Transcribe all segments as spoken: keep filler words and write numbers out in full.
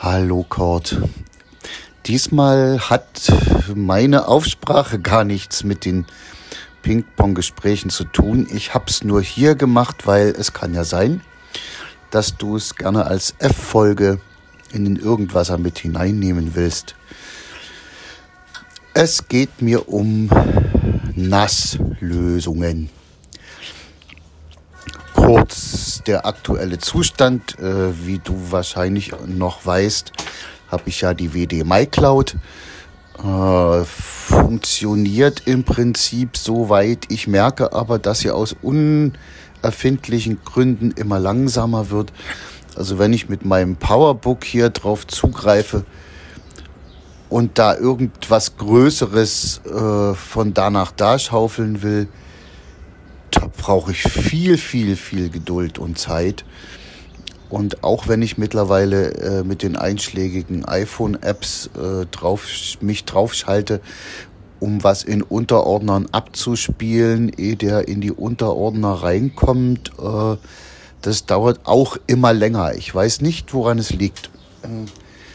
Hallo Kurt. Diesmal hat meine Aufsprache gar nichts mit den Ping-Pong-Gesprächen zu tun. Ich hab's nur hier gemacht, weil es kann ja sein, dass du es gerne als F-Folge in den Irgendwasser mit hineinnehmen willst. Es geht mir um Nasslösungen. Kurz der aktuelle Zustand, äh, wie du wahrscheinlich noch weißt, habe ich ja die W D MyCloud. Äh, funktioniert im Prinzip soweit. Ich merke aber, dass sie aus unerfindlichen Gründen immer langsamer wird. Also wenn ich mit meinem Powerbook hier drauf zugreife und da irgendwas Größeres äh, von da nach da schaufeln will, da brauche ich viel, viel, viel Geduld und Zeit. Und auch wenn ich mittlerweile äh, mit den einschlägigen iPhone-Apps äh, drauf, mich draufschalte, um was in Unterordnern abzuspielen, ehe der in die Unterordner reinkommt, äh, das dauert auch immer länger. Ich weiß nicht, woran es liegt. Äh,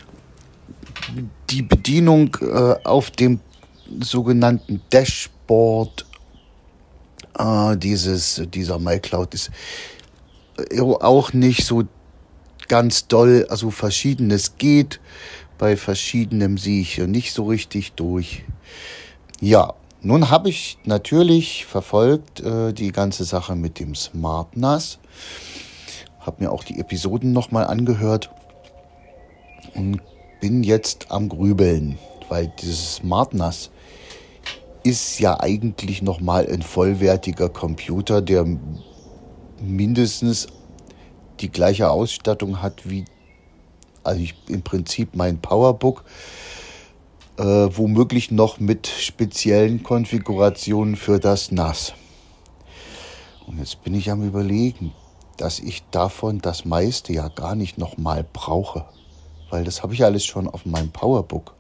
die Bedienung äh, auf dem sogenannten Dashboard äh, dieses, dieser MyCloud ist auch nicht so ganz doll, also Verschiedenes geht, bei Verschiedenem sehe ich hier nicht so richtig durch. Ja, nun habe ich natürlich verfolgt äh, die ganze Sache mit dem SmartNAS, habe mir auch die Episoden nochmal angehört und bin jetzt am Grübeln, weil dieses SmartNAS ist ja eigentlich nochmal ein vollwertiger Computer, der mindestens die gleiche Ausstattung hat wie also ich, im Prinzip mein Powerbook, äh, womöglich noch mit speziellen Konfigurationen für das NAS. Und jetzt bin ich am Überlegen, dass ich davon das meiste ja gar nicht nochmal brauche, weil das habe ich alles schon auf meinem Powerbook.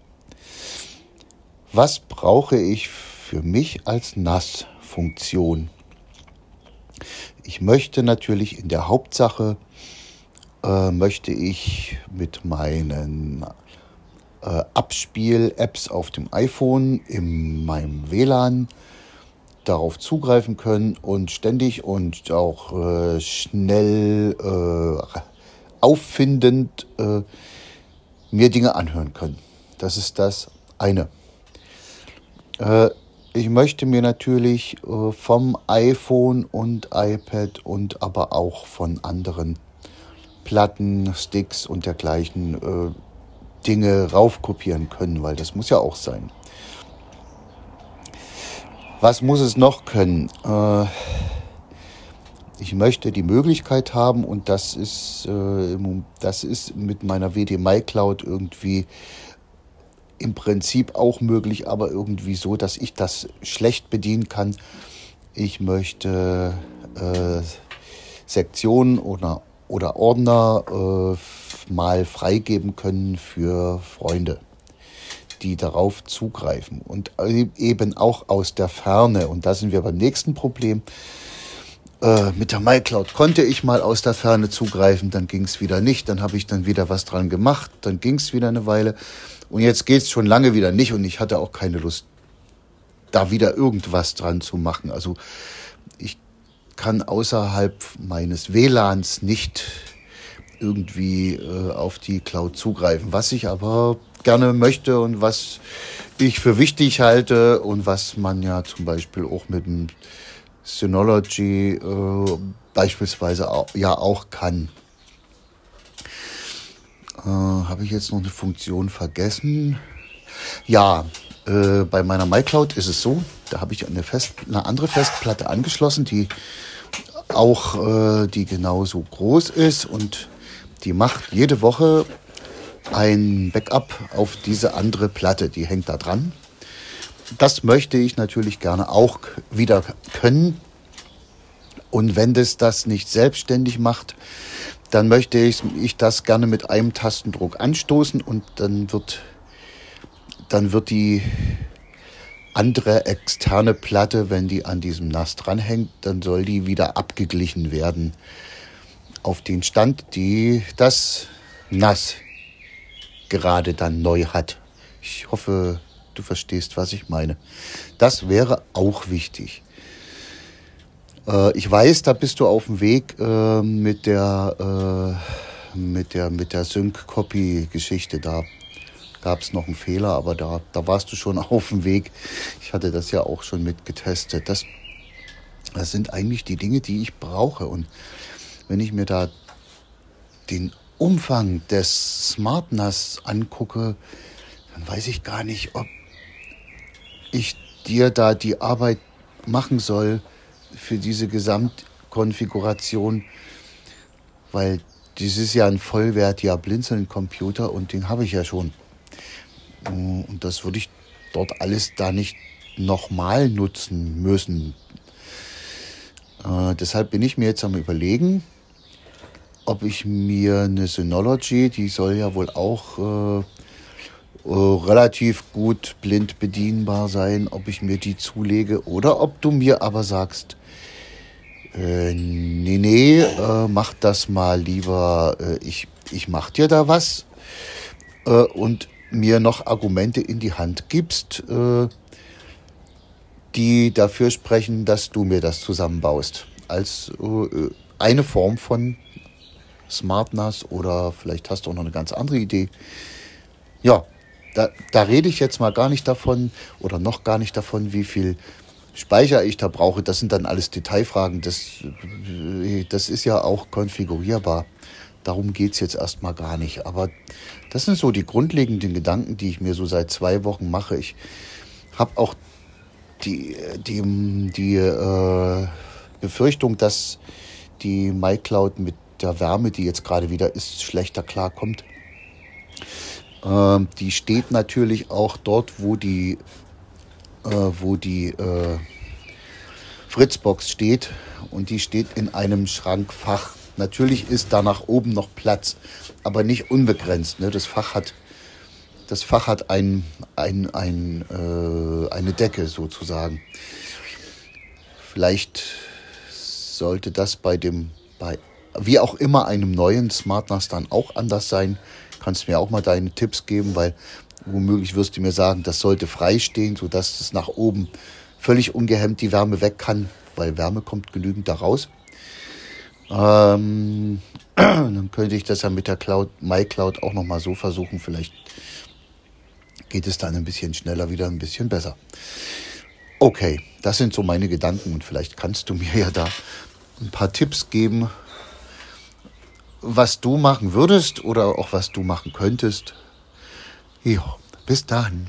Was brauche ich für mich als NAS-Funktion? Ich möchte natürlich in der Hauptsache, äh, möchte ich mit meinen äh, Abspiel-Apps auf dem iPhone in meinem W L A N darauf zugreifen können und ständig und auch äh, schnell äh, auffindend äh, mir Dinge anhören können. Das ist das eine. Äh, Ich möchte mir natürlich äh, vom iPhone und iPad und aber auch von anderen Platten, Sticks und dergleichen äh, Dinge raufkopieren können, weil das muss ja auch sein. Was muss es noch können? Äh, ich möchte die Möglichkeit haben, und das ist, äh, das ist mit meiner W D MyCloud irgendwie im Prinzip auch möglich, aber irgendwie so, dass ich das schlecht bedienen kann. Ich möchte äh, Sektionen oder, oder Ordner äh, mal freigeben können für Freunde, die darauf zugreifen. Und eben auch aus der Ferne. Und da sind wir beim nächsten Problem. Äh, mit der MyCloud konnte ich mal aus der Ferne zugreifen, dann ging es wieder nicht. Dann habe ich dann wieder was dran gemacht, dann ging es wieder eine Weile. Und jetzt geht es schon lange wieder nicht und ich hatte auch keine Lust, da wieder irgendwas dran zu machen. Also ich kann außerhalb meines W L A Ns nicht irgendwie äh, auf die Cloud zugreifen, was ich aber gerne möchte und was ich für wichtig halte und was man ja zum Beispiel auch mit dem Synology äh, beispielsweise auch, ja auch kann. Äh, habe ich jetzt noch eine Funktion vergessen? Ja, äh, bei meiner MyCloud ist es so, da habe ich eine, Fest, eine andere Festplatte angeschlossen, die auch äh, die genauso groß ist und die macht jede Woche ein Backup auf diese andere Platte, die hängt da dran. Das möchte ich natürlich gerne auch wieder können. Und wenn das das nicht selbstständig macht, dann möchte ich, ich das gerne mit einem Tastendruck anstoßen und dann wird, dann wird die andere externe Platte, wenn die an diesem NAS dranhängt, dann soll die wieder abgeglichen werden auf den Stand, die das NAS gerade dann neu hat. Ich hoffe, du verstehst, was ich meine. Das wäre auch wichtig. Äh, ich weiß, da bist du auf dem Weg äh, mit der, äh, mit der, mit der Sync-Copy-Geschichte. Da gab es noch einen Fehler, aber da, da warst du schon auf dem Weg. Ich hatte das ja auch schon mitgetestet. Das, das sind eigentlich die Dinge, die ich brauche. Und wenn ich mir da den Umfang des SmartNAS angucke, dann weiß ich gar nicht, ob ich dir da die Arbeit machen soll für diese Gesamtkonfiguration, weil das ist ja ein vollwertiger Blinzeln-Computer und den habe ich ja schon. Und das würde ich dort alles da nicht nochmal nutzen müssen. Äh, deshalb bin ich mir jetzt am Überlegen, ob ich mir eine Synology, die soll ja wohl auch äh, äh, relativ gut blind bedienbar sein, ob ich mir die zulege oder ob du mir aber sagst, äh, nee, nee, äh, mach das mal lieber, äh, ich, ich mach dir da was äh, und mir noch Argumente in die Hand gibst, äh, die dafür sprechen, dass du mir das zusammenbaust. Als äh, eine Form von SmartNAS oder vielleicht hast du auch noch eine ganz andere Idee. Ja, da, da rede ich jetzt mal gar nicht davon oder noch gar nicht davon, wie viel Speicher ich da brauche. Das sind dann alles Detailfragen. Das, das ist ja auch konfigurierbar. Darum geht es jetzt erstmal gar nicht. Aber das sind so die grundlegenden Gedanken, die ich mir so seit zwei Wochen mache. Ich habe auch die, die, die äh, Befürchtung, dass die MyCloud mit der Wärme, die jetzt gerade wieder ist, schlechter klarkommt. Ähm, die steht natürlich auch dort, wo die, äh, wo die äh, Fritzbox steht. Und die steht in einem Schrankfach. Natürlich ist da nach oben noch Platz, aber nicht unbegrenzt. Ne? Das Fach hat, das Fach hat ein, ein, ein, äh, eine Decke sozusagen. Vielleicht sollte das bei dem, bei wie auch immer einem neuen SmartNAS dann auch anders sein. Kannst mir auch mal deine Tipps geben, weil womöglich wirst du mir sagen, das sollte frei stehen, sodass es nach oben völlig ungehemmt die Wärme weg kann, weil Wärme kommt genügend da raus. Ähm, dann könnte ich das ja mit der Cloud, MyCloud auch nochmal so versuchen. Vielleicht geht es dann ein bisschen schneller wieder, ein bisschen besser. Okay, das sind so meine Gedanken und vielleicht kannst du mir ja da ein paar Tipps geben, was du machen würdest oder auch was du machen könntest. Jo, bis dann.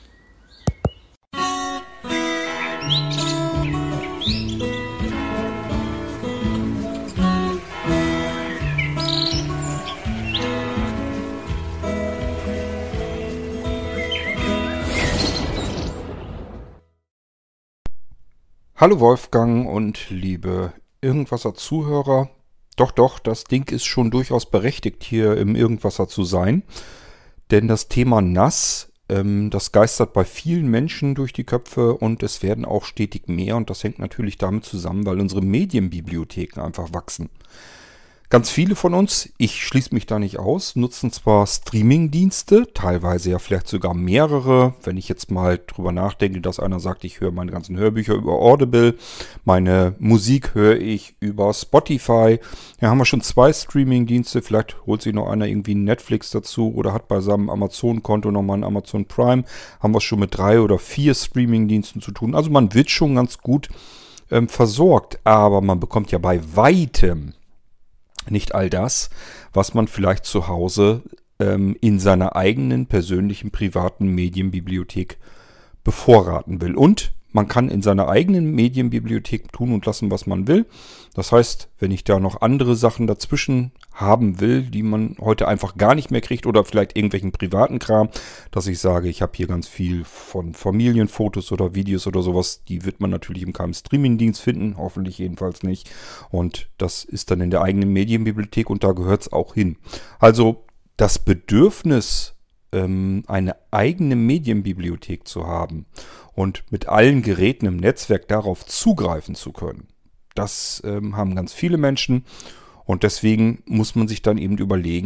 Hallo Wolfgang und liebe Irgendwasser-Zuhörer. Doch, doch, das Ding ist schon durchaus berechtigt, hier im Irgendwasser zu sein. Denn das Thema nass, ähm, das geistert bei vielen Menschen durch die Köpfe und es werden auch stetig mehr. Und das hängt natürlich damit zusammen, weil unsere Medienbibliotheken einfach wachsen. Ganz viele von uns, ich schließe mich da nicht aus, nutzen zwar Streaming-Dienste, teilweise ja vielleicht sogar mehrere. Wenn ich jetzt mal drüber nachdenke, dass einer sagt, ich höre meine ganzen Hörbücher über Audible, meine Musik höre ich über Spotify. Ja, haben wir schon zwei Streaming-Dienste, vielleicht holt sich noch einer irgendwie Netflix dazu oder hat bei seinem Amazon-Konto nochmal ein Amazon Prime. Haben wir schon mit drei oder vier Streaming-Diensten zu tun. Also man wird schon ganz gut ähm, versorgt, aber man bekommt ja bei weitem nicht all das, was man vielleicht zu Hause ähm, in seiner eigenen persönlichen privaten Medienbibliothek bevorraten will. Und man kann in seiner eigenen Medienbibliothek tun und lassen, was man will. Das heißt, wenn ich da noch andere Sachen dazwischen haben will, die man heute einfach gar nicht mehr kriegt oder vielleicht irgendwelchen privaten Kram, dass ich sage, ich habe hier ganz viel von Familienfotos oder Videos oder sowas, die wird man natürlich in keinem Streamingdienst finden, hoffentlich jedenfalls nicht. Und das ist dann in der eigenen Medienbibliothek und da gehört es auch hin. Also das Bedürfnis, ähm, eine eigene Medienbibliothek zu haben und mit allen Geräten im Netzwerk darauf zugreifen zu können, das ähm, haben ganz viele Menschen. Und deswegen muss man sich dann eben überlegen,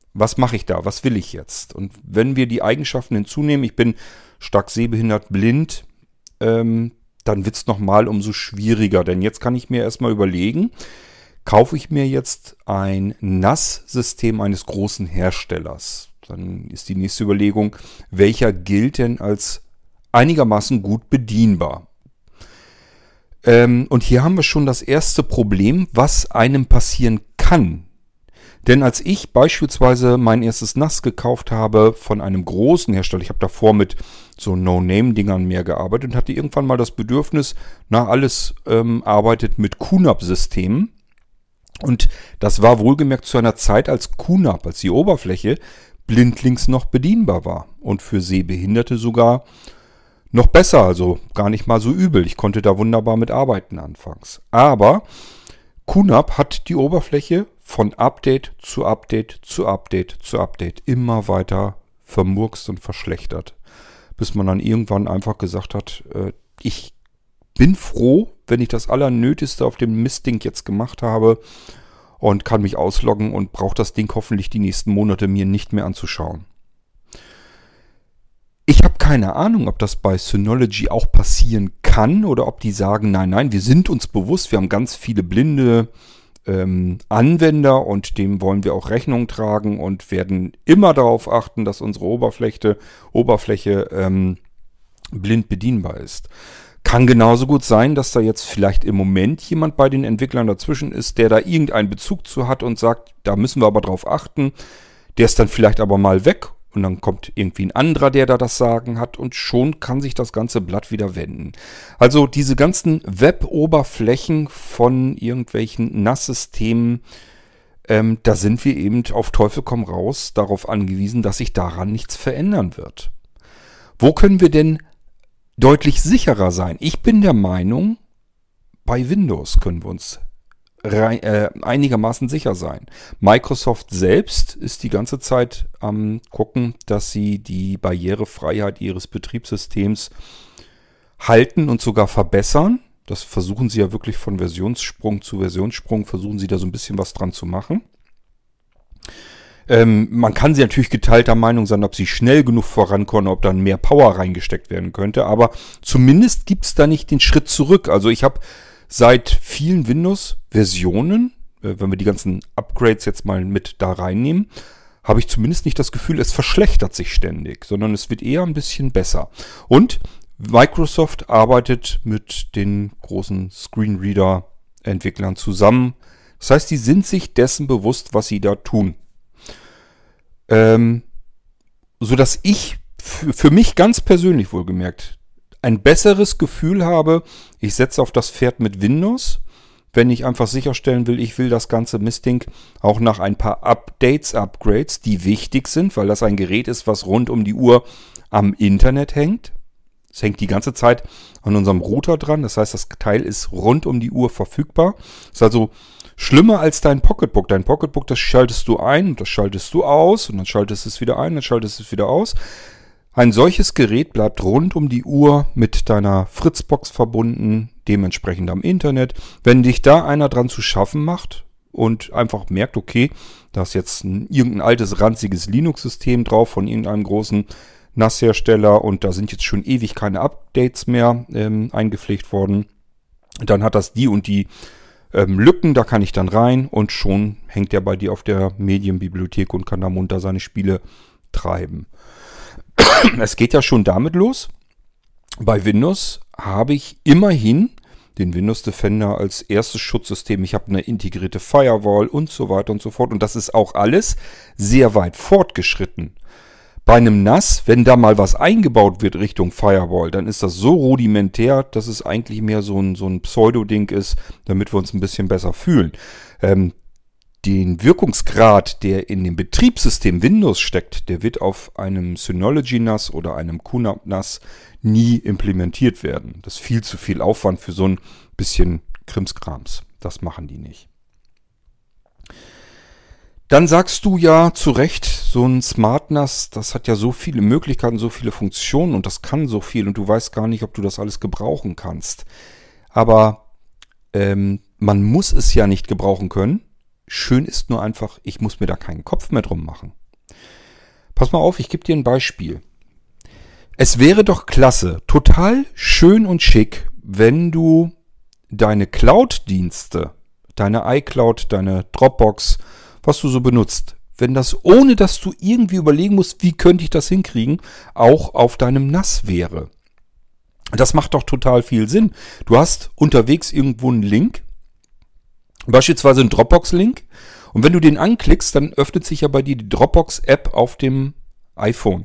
was mache ich da? Was will ich jetzt? Und wenn wir die Eigenschaften hinzunehmen, ich bin stark sehbehindert, blind, ähm, dann wird es nochmal umso schwieriger. Denn jetzt kann ich mir erstmal überlegen, kaufe ich mir jetzt ein N A S-System eines großen Herstellers? Dann ist die nächste Überlegung, welcher gilt denn als einigermaßen gut bedienbar? Ähm, und hier haben wir schon das erste Problem, was einem passieren kann. Denn als ich beispielsweise mein erstes N A S gekauft habe von einem großen Hersteller, ich habe davor mit so No-Name-Dingern mehr gearbeitet und hatte irgendwann mal das Bedürfnis, na, alles ähm, arbeitet mit Q NAP-Systemen. Und das war wohlgemerkt zu einer Zeit, als Q NAP, als die Oberfläche, blindlings noch bedienbar war. Und für Sehbehinderte sogar noch besser, also gar nicht mal so übel. Ich konnte da wunderbar mit arbeiten anfangs. Aber Q NAP hat die Oberfläche von Update zu Update zu Update zu Update immer weiter vermurkst und verschlechtert. Bis man dann irgendwann einfach gesagt hat, äh, ich bin froh, wenn ich das Allernötigste auf dem Mistding jetzt gemacht habe und kann mich ausloggen und brauche das Ding hoffentlich die nächsten Monate mir nicht mehr anzuschauen. Ich habe keine Ahnung, ob das bei Synology auch passieren kann oder ob die sagen, nein, nein, wir sind uns bewusst, wir haben ganz viele blinde ähm, Anwender und dem wollen wir auch Rechnung tragen und werden immer darauf achten, dass unsere Oberfläche, Oberfläche ähm, blind bedienbar ist. Kann genauso gut sein, dass da jetzt vielleicht im Moment jemand bei den Entwicklern dazwischen ist, der da irgendeinen Bezug zu hat und sagt, da müssen wir aber drauf achten. Der ist dann vielleicht aber mal weg und dann kommt irgendwie ein anderer, der da das Sagen hat und schon kann sich das ganze Blatt wieder wenden. Also diese ganzen Web-Oberflächen von irgendwelchen N A S-Systemen, ähm, da sind wir eben auf Teufel komm raus darauf angewiesen, dass sich daran nichts verändern wird. Wo können wir denn deutlich sicherer sein? Ich bin der Meinung, bei Windows können wir uns rein, äh, einigermaßen sicher sein. Microsoft selbst ist die ganze Zeit am gucken, dass sie die Barrierefreiheit ihres Betriebssystems halten und sogar verbessern. Das versuchen sie ja wirklich von Versionssprung zu Versionssprung, versuchen sie da so ein bisschen was dran zu machen. Ähm, man kann sie natürlich geteilter Meinung sein, ob sie schnell genug vorankommen, ob dann mehr Power reingesteckt werden könnte. Aber zumindest gibt es da nicht den Schritt zurück. Also ich habe seit vielen Windows-Versionen, äh, wenn wir die ganzen Upgrades jetzt mal mit da reinnehmen, habe ich zumindest nicht das Gefühl, es verschlechtert sich ständig, sondern es wird eher ein bisschen besser. Und Microsoft arbeitet mit den großen Screenreader-Entwicklern zusammen. Das heißt, die sind sich dessen bewusst, was sie da tun. Ähm, so dass ich f- für mich ganz persönlich wohlgemerkt ein besseres Gefühl habe, ich setze auf das Pferd mit Windows, wenn ich einfach sicherstellen will, ich will das ganze Mistding auch nach ein paar Updates, Upgrades, die wichtig sind, weil das ein Gerät ist, was rund um die Uhr am Internet hängt. Es hängt die ganze Zeit an unserem Router dran, das heißt, das Teil ist rund um die Uhr verfügbar. Ist also schlimmer als dein Pocketbook. Dein Pocketbook, das schaltest du ein, das schaltest du aus und dann schaltest du es wieder ein, dann schaltest du es wieder aus. Ein solches Gerät bleibt rund um die Uhr mit deiner Fritzbox verbunden, dementsprechend am Internet. Wenn dich da einer dran zu schaffen macht und einfach merkt, okay, da ist jetzt ein, irgendein altes, ranziges Linux-System drauf von irgendeinem großen N A S-Hersteller und da sind jetzt schon ewig keine Updates mehr ähm, eingepflegt worden, dann hat das die und die Ähm, Lücken, da kann ich dann rein und schon hängt er bei dir auf der Medienbibliothek und kann da munter seine Spiele treiben. Es geht ja schon damit los. Bei Windows habe ich immerhin den Windows Defender als erstes Schutzsystem. Ich habe eine integrierte Firewall und so weiter und so fort. Und das ist auch alles sehr weit fortgeschritten. Bei einem N A S, wenn da mal was eingebaut wird Richtung Firewall, dann ist das so rudimentär, dass es eigentlich mehr so ein, so ein Pseudo-Ding ist, damit wir uns ein bisschen besser fühlen. Ähm, den Wirkungsgrad, der in dem Betriebssystem Windows steckt, der wird auf einem Synology N A S oder einem Q NAP N A S nie implementiert werden. Das ist viel zu viel Aufwand für so ein bisschen Krimskrams. Das machen die nicht. Dann sagst du ja zu Recht, so ein Smart N A S, das hat ja so viele Möglichkeiten, so viele Funktionen und das kann so viel und du weißt gar nicht, ob du das alles gebrauchen kannst. Aber ähm, man muss es ja nicht gebrauchen können. Schön ist nur einfach, ich muss mir da keinen Kopf mehr drum machen. Pass mal auf, ich gebe dir ein Beispiel. Es wäre doch klasse, total schön und schick, wenn du deine Cloud-Dienste, deine iCloud, deine Dropbox, was du so benutzt, wenn das, ohne dass du irgendwie überlegen musst, wie könnte ich das hinkriegen, auch auf deinem N A S wäre. Das macht doch total viel Sinn. Du hast unterwegs irgendwo einen Link, beispielsweise einen Dropbox-Link, und wenn du den anklickst, dann öffnet sich ja bei dir die Dropbox-App auf dem iPhone.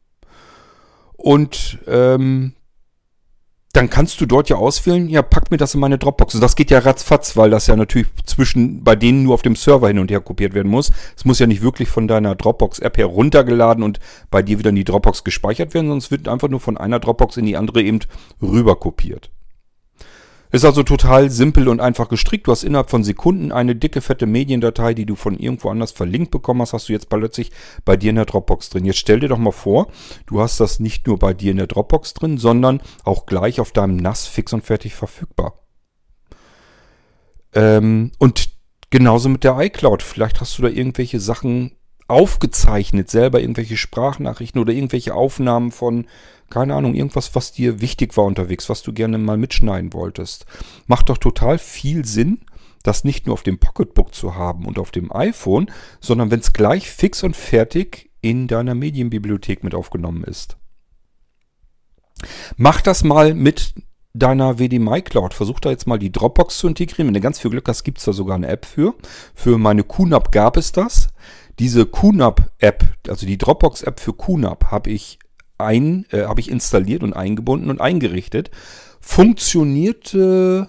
Und ähm, dann kannst du dort ja auswählen, ja, pack mir das in meine Dropbox. Und das geht ja ratzfatz, weil das ja natürlich zwischen bei denen nur auf dem Server hin und her kopiert werden muss. Es muss ja nicht wirklich von deiner Dropbox-App her runtergeladen und bei dir wieder in die Dropbox gespeichert werden, sondern es wird einfach nur von einer Dropbox in die andere eben rüber kopiert. Ist also total simpel und einfach gestrickt. Du hast innerhalb von Sekunden eine dicke, fette Mediendatei, die du von irgendwo anders verlinkt bekommen hast, hast du jetzt plötzlich bei dir in der Dropbox drin. Jetzt stell dir doch mal vor, du hast das nicht nur bei dir in der Dropbox drin, sondern auch gleich auf deinem N A S fix und fertig verfügbar. Ähm, und genauso mit der iCloud. Vielleicht hast du da irgendwelche Sachen aufgezeichnet, selber irgendwelche Sprachnachrichten oder irgendwelche Aufnahmen von, keine Ahnung, irgendwas, was dir wichtig war unterwegs, was du gerne mal mitschneiden wolltest. Macht doch total viel Sinn, das nicht nur auf dem Pocketbook zu haben und auf dem iPhone, sondern wenn es gleich fix und fertig in deiner Medienbibliothek mit aufgenommen ist. Mach das mal mit deiner W D M I Cloud. Versuch da jetzt mal die Dropbox zu integrieren. Wenn du ganz viel Glück hast, gibt es da sogar eine App für. Für meine Q NAP gab es das. Diese Q NAP-App, also die Dropbox-App für Q NAP, habe ich ein, äh, habe ich installiert und eingebunden und eingerichtet. Funktionierte,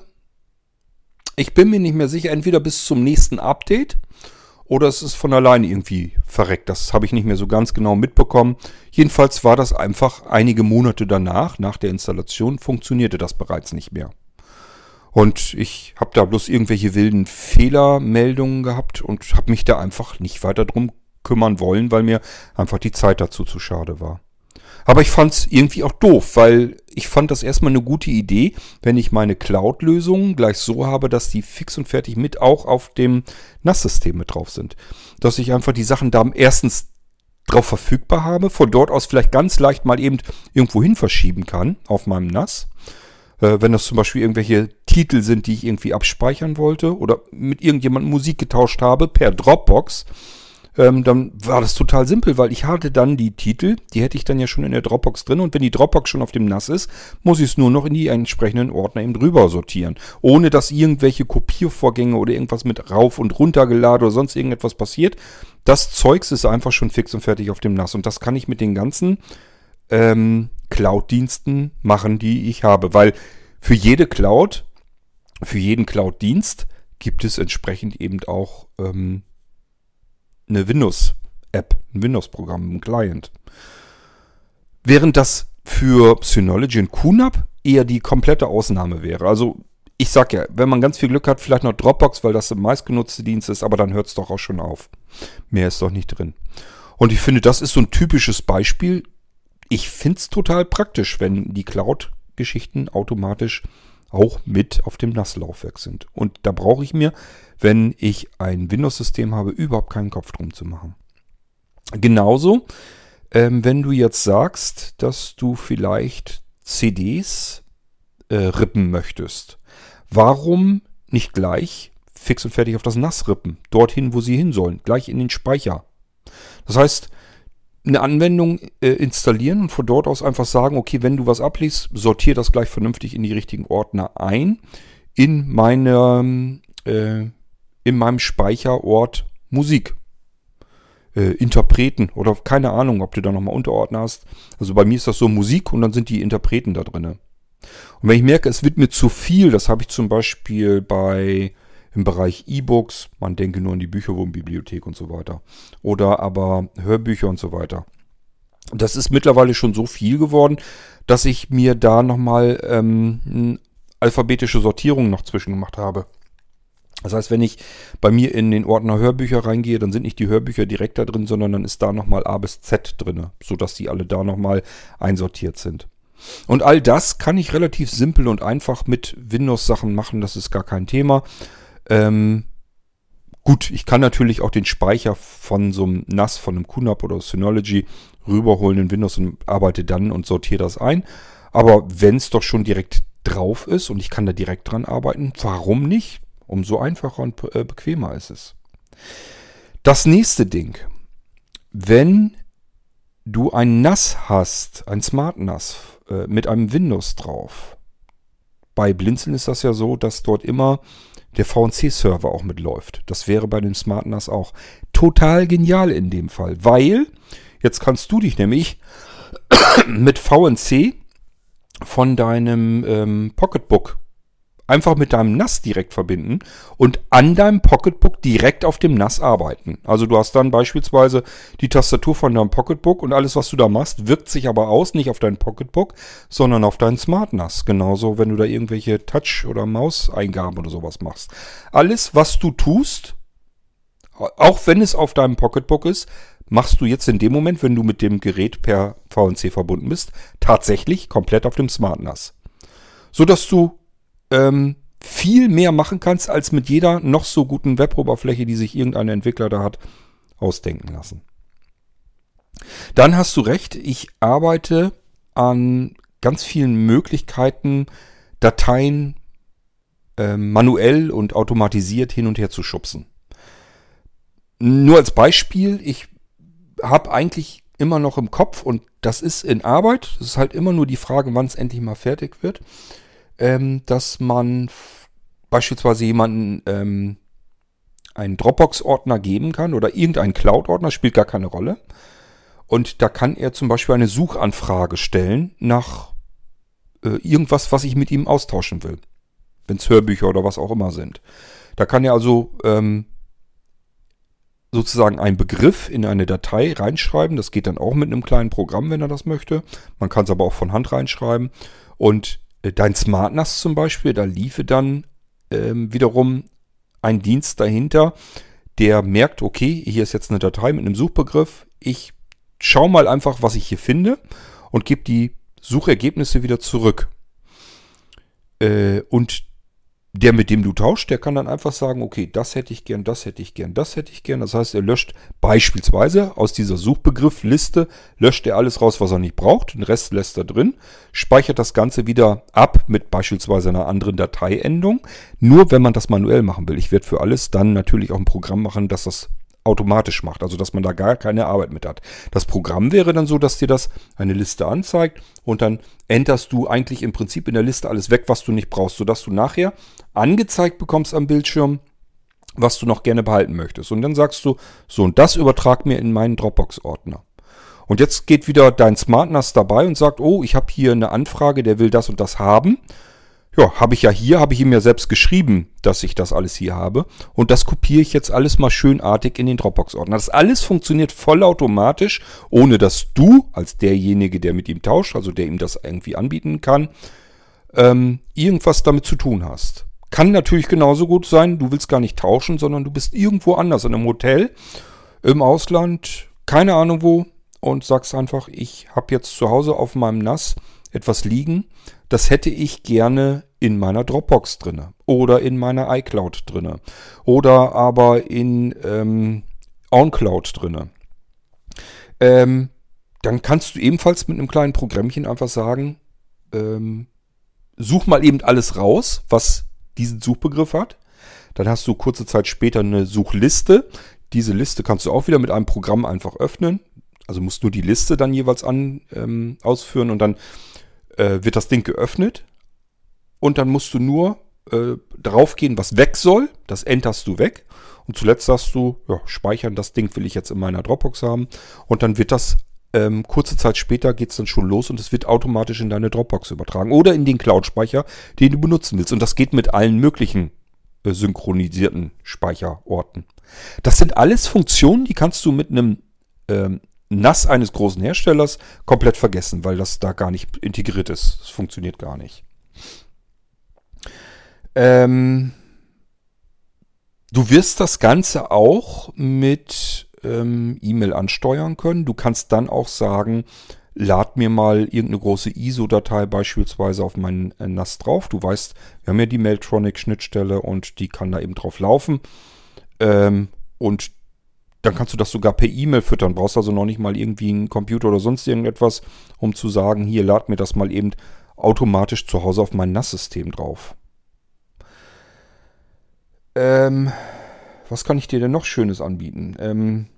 ich bin mir nicht mehr sicher, entweder bis zum nächsten Update oder es ist von alleine irgendwie verreckt. Das habe ich nicht mehr so ganz genau mitbekommen. Jedenfalls war das einfach einige Monate danach, nach der Installation, funktionierte das bereits nicht mehr. Und ich habe da bloß irgendwelche wilden Fehlermeldungen gehabt und habe mich da einfach nicht weiter drum kümmern wollen, weil mir einfach die Zeit dazu zu schade war. Aber ich fand es irgendwie auch doof, weil ich fand das erstmal eine gute Idee, wenn ich meine Cloud-Lösungen gleich so habe, dass die fix und fertig mit auch auf dem N A S-System mit drauf sind. Dass ich einfach die Sachen da erstens drauf verfügbar habe, von dort aus vielleicht ganz leicht mal eben irgendwo hin verschieben kann auf meinem N A S. Wenn das zum Beispiel irgendwelche Titel sind, die ich irgendwie abspeichern wollte oder mit irgendjemandem Musik getauscht habe per Dropbox, ähm, dann war das total simpel, weil ich hatte dann die Titel, die hätte ich dann ja schon in der Dropbox drin und wenn die Dropbox schon auf dem N A S ist, muss ich es nur noch in die entsprechenden Ordner eben drüber sortieren, ohne dass irgendwelche Kopiervorgänge oder irgendwas mit rauf und runter geladen oder sonst irgendetwas passiert. Das Zeugs ist einfach schon fix und fertig auf dem N A S und das kann ich mit den ganzen ähm, Cloud-Diensten machen, die ich habe, weil für jede Cloud, für jeden Cloud-Dienst gibt es entsprechend eben auch ähm, eine Windows-App, ein Windows-Programm, ein Client. Während das für Synology und Q NAP eher die komplette Ausnahme wäre. Also ich sag ja, wenn man ganz viel Glück hat, vielleicht noch Dropbox, weil das der meistgenutzte Dienst ist, aber dann hört es doch auch schon auf. Mehr ist doch nicht drin. Und ich finde, das ist so ein typisches Beispiel. Ich finde es total praktisch, wenn die Cloud-Geschichten automatisch auch mit auf dem N A S-Laufwerk sind. Und da brauche ich mir, wenn ich ein Windows-System habe, überhaupt keinen Kopf drum zu machen. Genauso, ähm, wenn du jetzt sagst, dass du vielleicht C Ds äh, rippen möchtest. Warum nicht gleich fix und fertig auf das N A S rippen? Dorthin, wo sie hin sollen. Gleich in den Speicher. Das heißt, eine Anwendung äh, installieren und von dort aus einfach sagen, okay, wenn du was abliest, sortiere das gleich vernünftig in die richtigen Ordner ein, in meinem, äh, in meinem Speicherort Musik, äh, Interpreten oder keine Ahnung, ob du da nochmal Unterordner hast. Also bei mir ist das so Musik und dann sind die Interpreten da drin. Und wenn ich merke, es wird mir zu viel, das habe ich zum Beispiel bei im Bereich E-Books, man denke nur an die Bücherwurmbibliothek und so weiter. Oder aber Hörbücher und so weiter. Das ist mittlerweile schon so viel geworden, dass ich mir da nochmal ähm, eine alphabetische Sortierung noch zwischen gemacht habe. Das heißt, wenn ich bei mir in den Ordner Hörbücher reingehe, dann sind nicht die Hörbücher direkt da drin, sondern dann ist da nochmal A bis Z drin, sodass die alle da nochmal einsortiert sind. Und all das kann ich relativ simpel und einfach mit Windows-Sachen machen, das ist gar kein Thema. Ähm, Gut, ich kann natürlich auch den Speicher von so einem N A S, von einem Q NAP oder Synology rüberholen in Windows und arbeite dann und sortiere das ein. Aber wenn es doch schon direkt drauf ist und ich kann da direkt dran arbeiten, warum nicht? Umso einfacher und äh, bequemer ist es. Das nächste Ding. Wenn du ein N A S hast, ein Smart N A S äh, mit einem Windows drauf. Bei Blinzeln ist das ja so, dass dort immer der V N C-Server auch mitläuft. Das wäre bei dem Smart N A S auch total genial in dem Fall, weil jetzt kannst du dich nämlich mit V N C von deinem ähm, Pocketbook einfach mit deinem N A S direkt verbinden und an deinem Pocketbook direkt auf dem N A S arbeiten. Also du hast dann beispielsweise die Tastatur von deinem Pocketbook und alles, was du da machst, wirkt sich aber aus, nicht auf dein Pocketbook, sondern auf dein Smart N A S. Genauso, wenn du da irgendwelche Touch- oder Mauseingaben oder sowas machst. Alles, was du tust, auch wenn es auf deinem Pocketbook ist, machst du jetzt in dem Moment, wenn du mit dem Gerät per V N C verbunden bist, tatsächlich komplett auf dem Smart N A S. Sodass du ähm, viel mehr machen kannst, als mit jeder noch so guten Web-Oberfläche, die sich irgendein Entwickler da hat, ausdenken lassen. Dann hast du recht, ich arbeite an ganz vielen Möglichkeiten, Dateien äh, manuell und automatisiert hin und her zu schubsen. Nur als Beispiel, ich habe eigentlich immer noch im Kopf, und das ist in Arbeit, es ist halt immer nur die Frage, wann es endlich mal fertig wird, ähm, dass man f- beispielsweise jemanden ähm, einen Dropbox-Ordner geben kann oder irgendeinen Cloud-Ordner, spielt gar keine Rolle. Und da kann er zum Beispiel eine Suchanfrage stellen nach äh, irgendwas, was ich mit ihm austauschen will. Wenn es Hörbücher oder was auch immer sind. Da kann er also ähm, sozusagen einen Begriff in eine Datei reinschreiben. Das geht dann auch mit einem kleinen Programm, wenn er das möchte. Man kann es aber auch von Hand reinschreiben. Und äh, dein Smart N A S zum Beispiel, da liefe dann ähm, wiederum ein Dienst dahinter, der merkt, okay, hier ist jetzt eine Datei mit einem Suchbegriff. Ich schau mal einfach, was ich hier finde und gebe die Suchergebnisse wieder zurück. Äh, und der, mit dem du tauschst, der kann dann einfach sagen, okay, das hätte ich gern, das hätte ich gern, das hätte ich gern. Das heißt, er löscht beispielsweise aus dieser Suchbegriffliste, löscht er alles raus, was er nicht braucht. Den Rest lässt er drin, speichert das Ganze wieder ab mit beispielsweise einer anderen Dateiendung. Nur wenn man das manuell machen will. Ich werde für alles dann natürlich auch ein Programm machen, das das automatisch macht, also dass man da gar keine Arbeit mit hat. Das Programm wäre dann so, dass dir das eine Liste anzeigt und dann enterst du eigentlich im Prinzip in der Liste alles weg, was du nicht brauchst, sodass du nachher angezeigt bekommst am Bildschirm, was du noch gerne behalten möchtest. Und dann sagst du, so, und das übertrag mir in meinen Dropbox-Ordner. Und jetzt geht wieder dein Smart N A S dabei und sagt, oh, ich habe hier eine Anfrage, der will das und das haben. Ja, habe ich ja hier, habe ich ihm ja selbst geschrieben, dass ich das alles hier habe. Und das kopiere ich jetzt alles mal schönartig in den Dropbox-Ordner. Das alles funktioniert vollautomatisch, ohne dass du als derjenige, der mit ihm tauscht, also der ihm das irgendwie anbieten kann, ähm, irgendwas damit zu tun hast. Kann natürlich genauso gut sein, du willst gar nicht tauschen, sondern du bist irgendwo anders, in einem Hotel, im Ausland, keine Ahnung wo, und sagst einfach, ich habe jetzt zu Hause auf meinem N A S etwas liegen, das hätte ich gerne in meiner Dropbox drinne oder in meiner iCloud drinne oder aber in ähm, OnCloud drinne. Ähm, dann kannst du ebenfalls mit einem kleinen Programmchen einfach sagen, ähm, such mal eben alles raus, was diesen Suchbegriff hat. Dann hast du kurze Zeit später eine Suchliste. Diese Liste kannst du auch wieder mit einem Programm einfach öffnen. Also musst nur die Liste dann jeweils an, ähm, ausführen und dann äh, wird das Ding geöffnet. Und dann musst du nur äh, drauf gehen, was weg soll. Das enterst du weg. Und zuletzt sagst du, ja, speichern, das Ding will ich jetzt in meiner Dropbox haben. Und dann wird das, ähm, kurze Zeit später geht es dann schon los und es wird automatisch in deine Dropbox übertragen. Oder in den Cloud-Speicher, den du benutzen willst. Und das geht mit allen möglichen äh, synchronisierten Speicherorten. Das sind alles Funktionen, die kannst du mit einem ähm, N A S eines großen Herstellers komplett vergessen, weil das da gar nicht integriert ist. Das funktioniert gar nicht. Ähm, du wirst das Ganze auch mit ähm, E-Mail ansteuern können. Du kannst dann auch sagen, lad mir mal irgendeine große I S O-Datei beispielsweise auf meinen äh, N A S drauf. Du weißt, wir haben ja die Mailtronic-Schnittstelle und die kann da eben drauf laufen. Ähm, und dann kannst du das sogar per E-Mail füttern. Brauchst also noch nicht mal irgendwie einen Computer oder sonst irgendetwas, um zu sagen, hier, lad mir das mal eben automatisch zu Hause auf mein N A S-System drauf. Ähm, was kann ich dir denn noch Schönes anbieten? Ähm,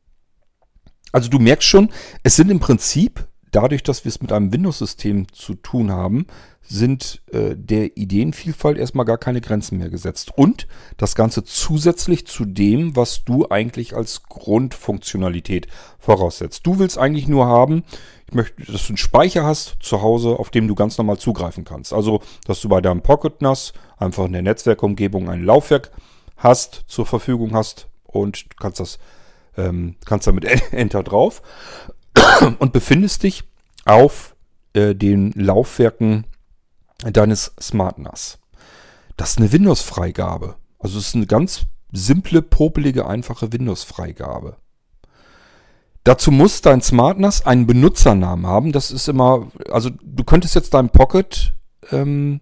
also du merkst schon, es sind im Prinzip, dadurch, dass wir es mit einem Windows-System zu tun haben, sind äh, der Ideenvielfalt erstmal gar keine Grenzen mehr gesetzt. Und das Ganze zusätzlich zu dem, was du eigentlich als Grundfunktionalität voraussetzt. Du willst eigentlich nur haben, ich möchte, dass du einen Speicher hast zu Hause, auf dem du ganz normal zugreifen kannst. Also, dass du bei deinem Pocket N A S einfach in der Netzwerkumgebung ein Laufwerk hast, zur Verfügung hast und kannst das, ähm, kannst damit Enter drauf und befindest dich auf äh, den Laufwerken deines Smart N A S. Das ist eine Windows-Freigabe. Also es ist eine ganz simple, popelige, einfache Windows-Freigabe. Dazu muss dein Smart N A S einen Benutzernamen haben. Das ist immer, also du könntest jetzt dein Pocket, ähm,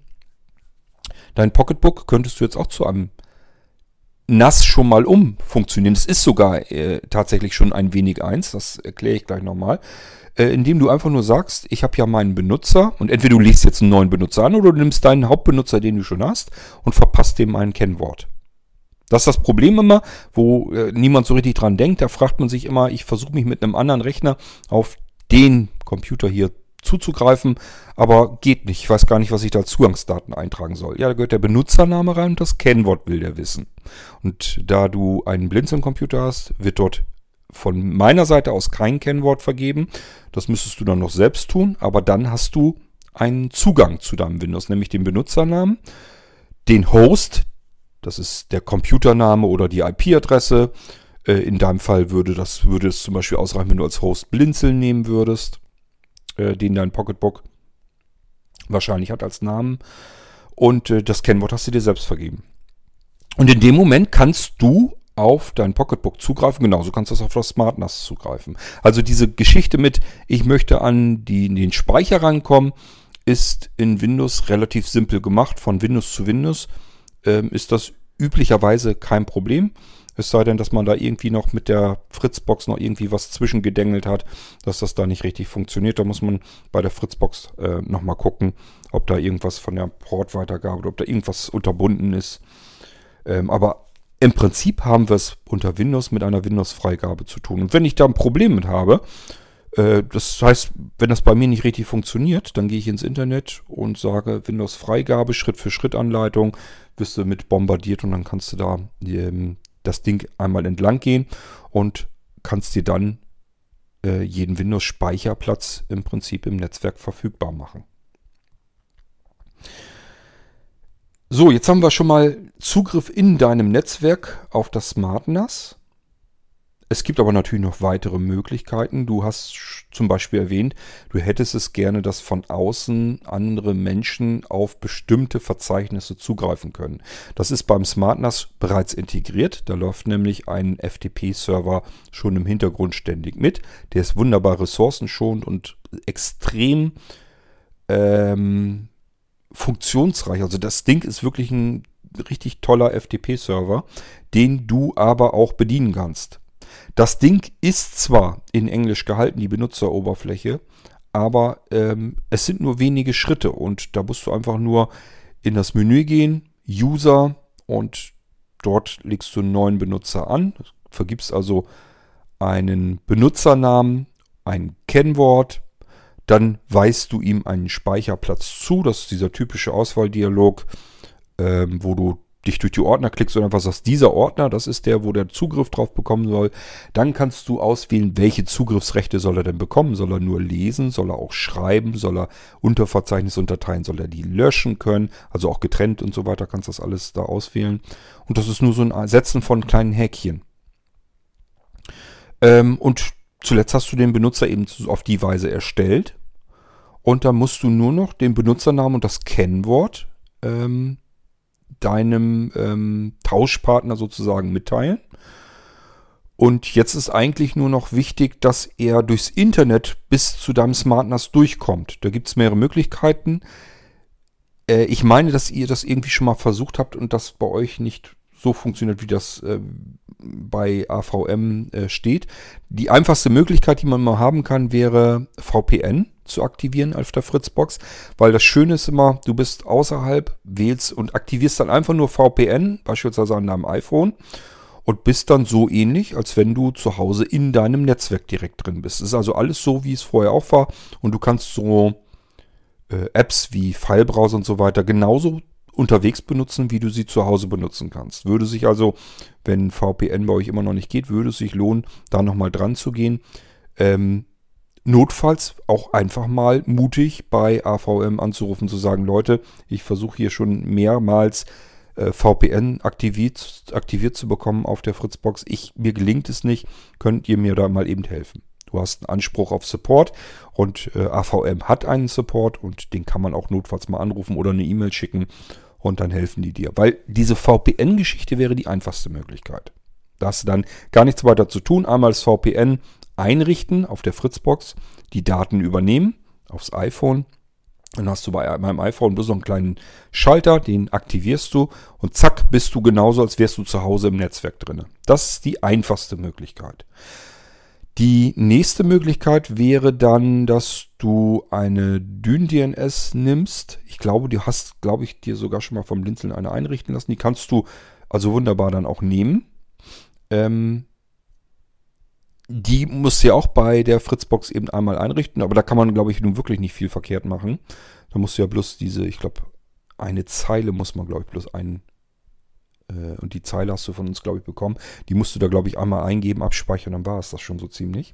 dein Pocketbook könntest du jetzt auch zu einem N A S schon mal umfunktionieren. Das ist sogar äh, tatsächlich schon ein wenig eins, das erkläre ich gleich nochmal. Äh, indem du einfach nur sagst, ich habe ja meinen Benutzer und entweder du legst jetzt einen neuen Benutzer an oder du nimmst deinen Hauptbenutzer, den du schon hast und verpasst dem ein Kennwort. Das ist das Problem immer, wo äh, niemand so richtig dran denkt. Da fragt man sich immer, ich versuche mich mit einem anderen Rechner auf den Computer hier zuzugreifen, aber geht nicht. Ich weiß gar nicht, was ich da als Zugangsdaten eintragen soll. Ja, da gehört der Benutzername rein und das Kennwort will der wissen. Und da du einen Blinzeln-Computer hast, wird dort von meiner Seite aus kein Kennwort vergeben. Das müsstest du dann noch selbst tun, aber dann hast du einen Zugang zu deinem Windows, nämlich den Benutzernamen, den Host, das ist der Computername oder die I P-Adresse. In deinem Fall würde das würde es zum Beispiel ausreichen, wenn du als Host Blinzeln nehmen würdest, den dein Pocketbook wahrscheinlich hat als Namen. Und äh, das Kennwort hast du dir selbst vergeben. Und in dem Moment kannst du auf dein Pocketbook zugreifen. Genauso kannst du das auf das Smart N A S zugreifen. Also diese Geschichte mit, ich möchte an die, den Speicher rankommen, ist in Windows relativ simpel gemacht. Von Windows zu Windows ähm, ist das üblicherweise kein Problem. Es sei denn, dass man da irgendwie noch mit der Fritzbox noch irgendwie was zwischengedengelt hat, dass das da nicht richtig funktioniert. Da muss man bei der Fritzbox äh, nochmal gucken, ob da irgendwas von der Portweitergabe oder ob da irgendwas unterbunden ist. Ähm, aber im Prinzip haben wir es unter Windows mit einer Windows-Freigabe zu tun. Und wenn ich da ein Problem mit habe, äh, das heißt, wenn das bei mir nicht richtig funktioniert, dann gehe ich ins Internet und sage Windows-Freigabe, Schritt-für-Schritt-Anleitung, wirst du mit bombardiert und dann kannst du da ähm, das Ding einmal entlang gehen und kannst dir dann äh, jeden Windows-Speicherplatz im Prinzip im Netzwerk verfügbar machen. So, jetzt haben wir schon mal Zugriff in deinem Netzwerk auf das Smart N A S. Es gibt aber natürlich noch weitere Möglichkeiten. Du hast zum Beispiel erwähnt, du hättest es gerne, dass von außen andere Menschen auf bestimmte Verzeichnisse zugreifen können. Das ist beim Smart N A S bereits integriert. Da läuft nämlich ein F T P-Server schon im Hintergrund ständig mit. Der ist wunderbar ressourcenschonend und extrem ähm, funktionsreich. Also das Ding ist wirklich ein richtig toller F T P-Server, den du aber auch bedienen kannst. Das Ding ist zwar in Englisch gehalten, die Benutzeroberfläche, aber ähm, es sind nur wenige Schritte und da musst du einfach nur in das Menü gehen, User, und dort legst du einen neuen Benutzer an, vergibst also einen Benutzernamen, ein Kennwort, dann weist du ihm einen Speicherplatz zu, das ist dieser typische Auswahldialog, ähm, wo du dich durch die Ordner klickst und einfach sagst, dieser Ordner, das ist der, wo der Zugriff drauf bekommen soll. Dann kannst du auswählen, welche Zugriffsrechte soll er denn bekommen. Soll er nur lesen, soll er auch schreiben, soll er Unterverzeichnisse unterteilen, soll er die löschen können, also auch getrennt und so weiter, kannst das alles da auswählen. Und das ist nur so ein Setzen von kleinen Häkchen. Ähm, und zuletzt hast du den Benutzer eben auf die Weise erstellt. Und dann musst du nur noch den Benutzernamen und das Kennwort ähm, deinem ähm, Tauschpartner sozusagen mitteilen. Und jetzt ist eigentlich nur noch wichtig, dass er durchs Internet bis zu deinem Smart N A S durchkommt. Da gibt es mehrere Möglichkeiten. Äh, ich meine, dass ihr das irgendwie schon mal versucht habt und das bei euch nicht so funktioniert, wie das äh, bei A V M äh, steht. Die einfachste Möglichkeit, die man mal haben kann, wäre V P N zu aktivieren auf der Fritzbox, weil das Schöne ist immer, du bist außerhalb, wählst und aktivierst dann einfach nur V P N, beispielsweise an deinem iPhone, und bist dann so ähnlich, als wenn du zu Hause in deinem Netzwerk direkt drin bist. Es ist also alles so, wie es vorher auch war, und du kannst so äh, Apps wie Filebrowser und so weiter genauso unterwegs benutzen, wie du sie zu Hause benutzen kannst. Würde sich also, wenn V P N bei euch immer noch nicht geht, würde es sich lohnen, da nochmal dran zu gehen. Ähm, notfalls auch einfach mal mutig bei A V M anzurufen, zu sagen, Leute, ich versuche hier schon mehrmals äh, V P N aktiviert, aktiviert zu bekommen auf der Fritzbox. Ich, mir gelingt es nicht, könnt ihr mir da mal eben helfen? Du hast einen Anspruch auf Support und äh, A V M hat einen Support und den kann man auch notfalls mal anrufen oder eine E-Mail schicken und dann helfen die dir. Weil diese V P N-Geschichte wäre die einfachste Möglichkeit. Da hast du dann gar nichts weiter zu tun. Einmal das V P N einrichten auf der Fritzbox, die Daten übernehmen aufs iPhone. Dann hast du bei meinem iPhone bloß noch einen kleinen Schalter, den aktivierst du und zack, bist du genauso, als wärst du zu Hause im Netzwerk drin. Das ist die einfachste Möglichkeit. Die nächste Möglichkeit wäre dann, dass du eine DynDNS D N S nimmst. Ich glaube, du hast, glaube ich, dir sogar schon mal vom Blinzeln eine einrichten lassen. Die kannst du also wunderbar dann auch nehmen. Ähm, die musst du ja auch bei der Fritzbox eben einmal einrichten. Aber da kann man, glaube ich, nun wirklich nicht viel verkehrt machen. Da musst du ja bloß diese, ich glaube, eine Zeile muss man, glaube ich, bloß ein und die Zeile hast du von uns, glaube ich, bekommen. Die musst du da, glaube ich, einmal eingeben, abspeichern, dann war es das schon so ziemlich.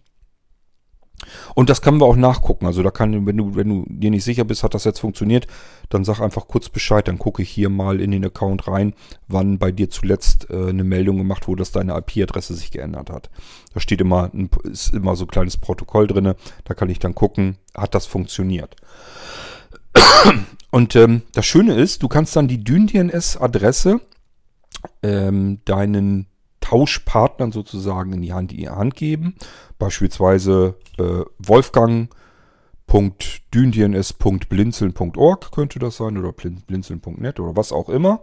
Und das können wir auch nachgucken. Also da kann, wenn du, wenn du dir nicht sicher bist, hat das jetzt funktioniert, dann sag einfach kurz Bescheid, dann gucke ich hier mal in den Account rein, wann bei dir zuletzt äh, eine Meldung gemacht wurde, dass deine I P-Adresse sich geändert hat. Da steht immer, ein, ist immer so ein kleines Protokoll drin, da kann ich dann gucken, hat das funktioniert. Und ähm, das Schöne ist, du kannst dann die DynDNS D N S-Adresse Ähm, deinen Tauschpartnern sozusagen in die Hand, in die Hand geben. Beispielsweise äh, wolfgang punkt dyndns punkt blinzeln punkt org könnte das sein oder blinzeln punkt net oder was auch immer.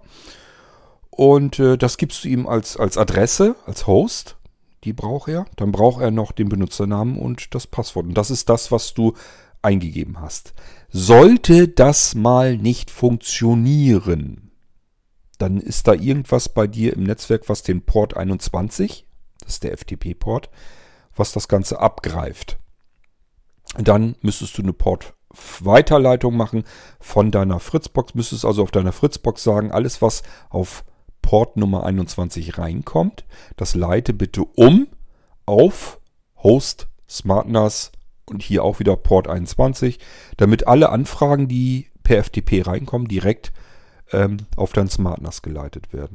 Und äh, das gibst du ihm als, als Adresse, als Host. Die braucht er. Dann braucht er noch den Benutzernamen und das Passwort. Und das ist das, was du eingegeben hast. Sollte das mal nicht funktionieren, dann ist da irgendwas bei dir im Netzwerk, was den Port einundzwanzig, das ist der F T P-Port, was das Ganze abgreift. Dann müsstest du eine Port-Weiterleitung machen von deiner Fritzbox. Müsstest also auf deiner Fritzbox sagen, alles was auf Port Nummer einundzwanzig reinkommt, das leite bitte um auf Host SmartNAS und hier auch wieder Port einundzwanzig, damit alle Anfragen, die per F T P reinkommen, direkt auf dein SmartNAS geleitet werden.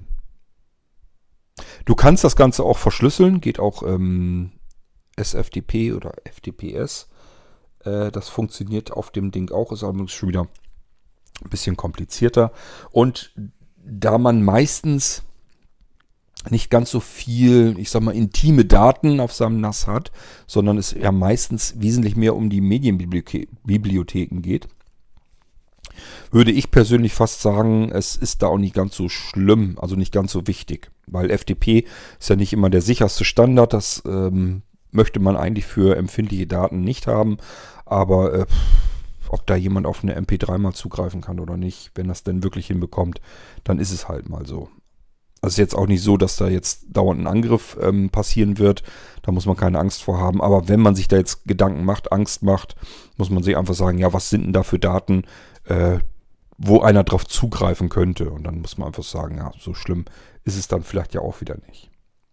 Du kannst das Ganze auch verschlüsseln, geht auch ähm, S F T P oder F T P S. Äh, das funktioniert auf dem Ding auch, ist allerdings schon wieder ein bisschen komplizierter. Und da man meistens nicht ganz so viel, ich sag mal, intime Daten auf seinem N A S hat, sondern es ja meistens wesentlich mehr um die Medienbibliotheken geht, würde ich persönlich fast sagen, es ist da auch nicht ganz so schlimm, also nicht ganz so wichtig. Weil F T P ist ja nicht immer der sicherste Standard, das ähm, möchte man eigentlich für empfindliche Daten nicht haben. Aber äh, ob da jemand auf eine M P drei mal zugreifen kann oder nicht, wenn das denn wirklich hinbekommt, dann ist es halt mal so. Also ist jetzt auch nicht so, dass da jetzt dauernd ein Angriff ähm, passieren wird. Da muss man keine Angst vor haben. Aber wenn man sich da jetzt Gedanken macht, Angst macht, muss man sich einfach sagen, ja, was sind denn da für Daten, äh, wo einer drauf zugreifen könnte. Und dann muss man einfach sagen, ja, so schlimm ist es dann vielleicht ja auch wieder nicht.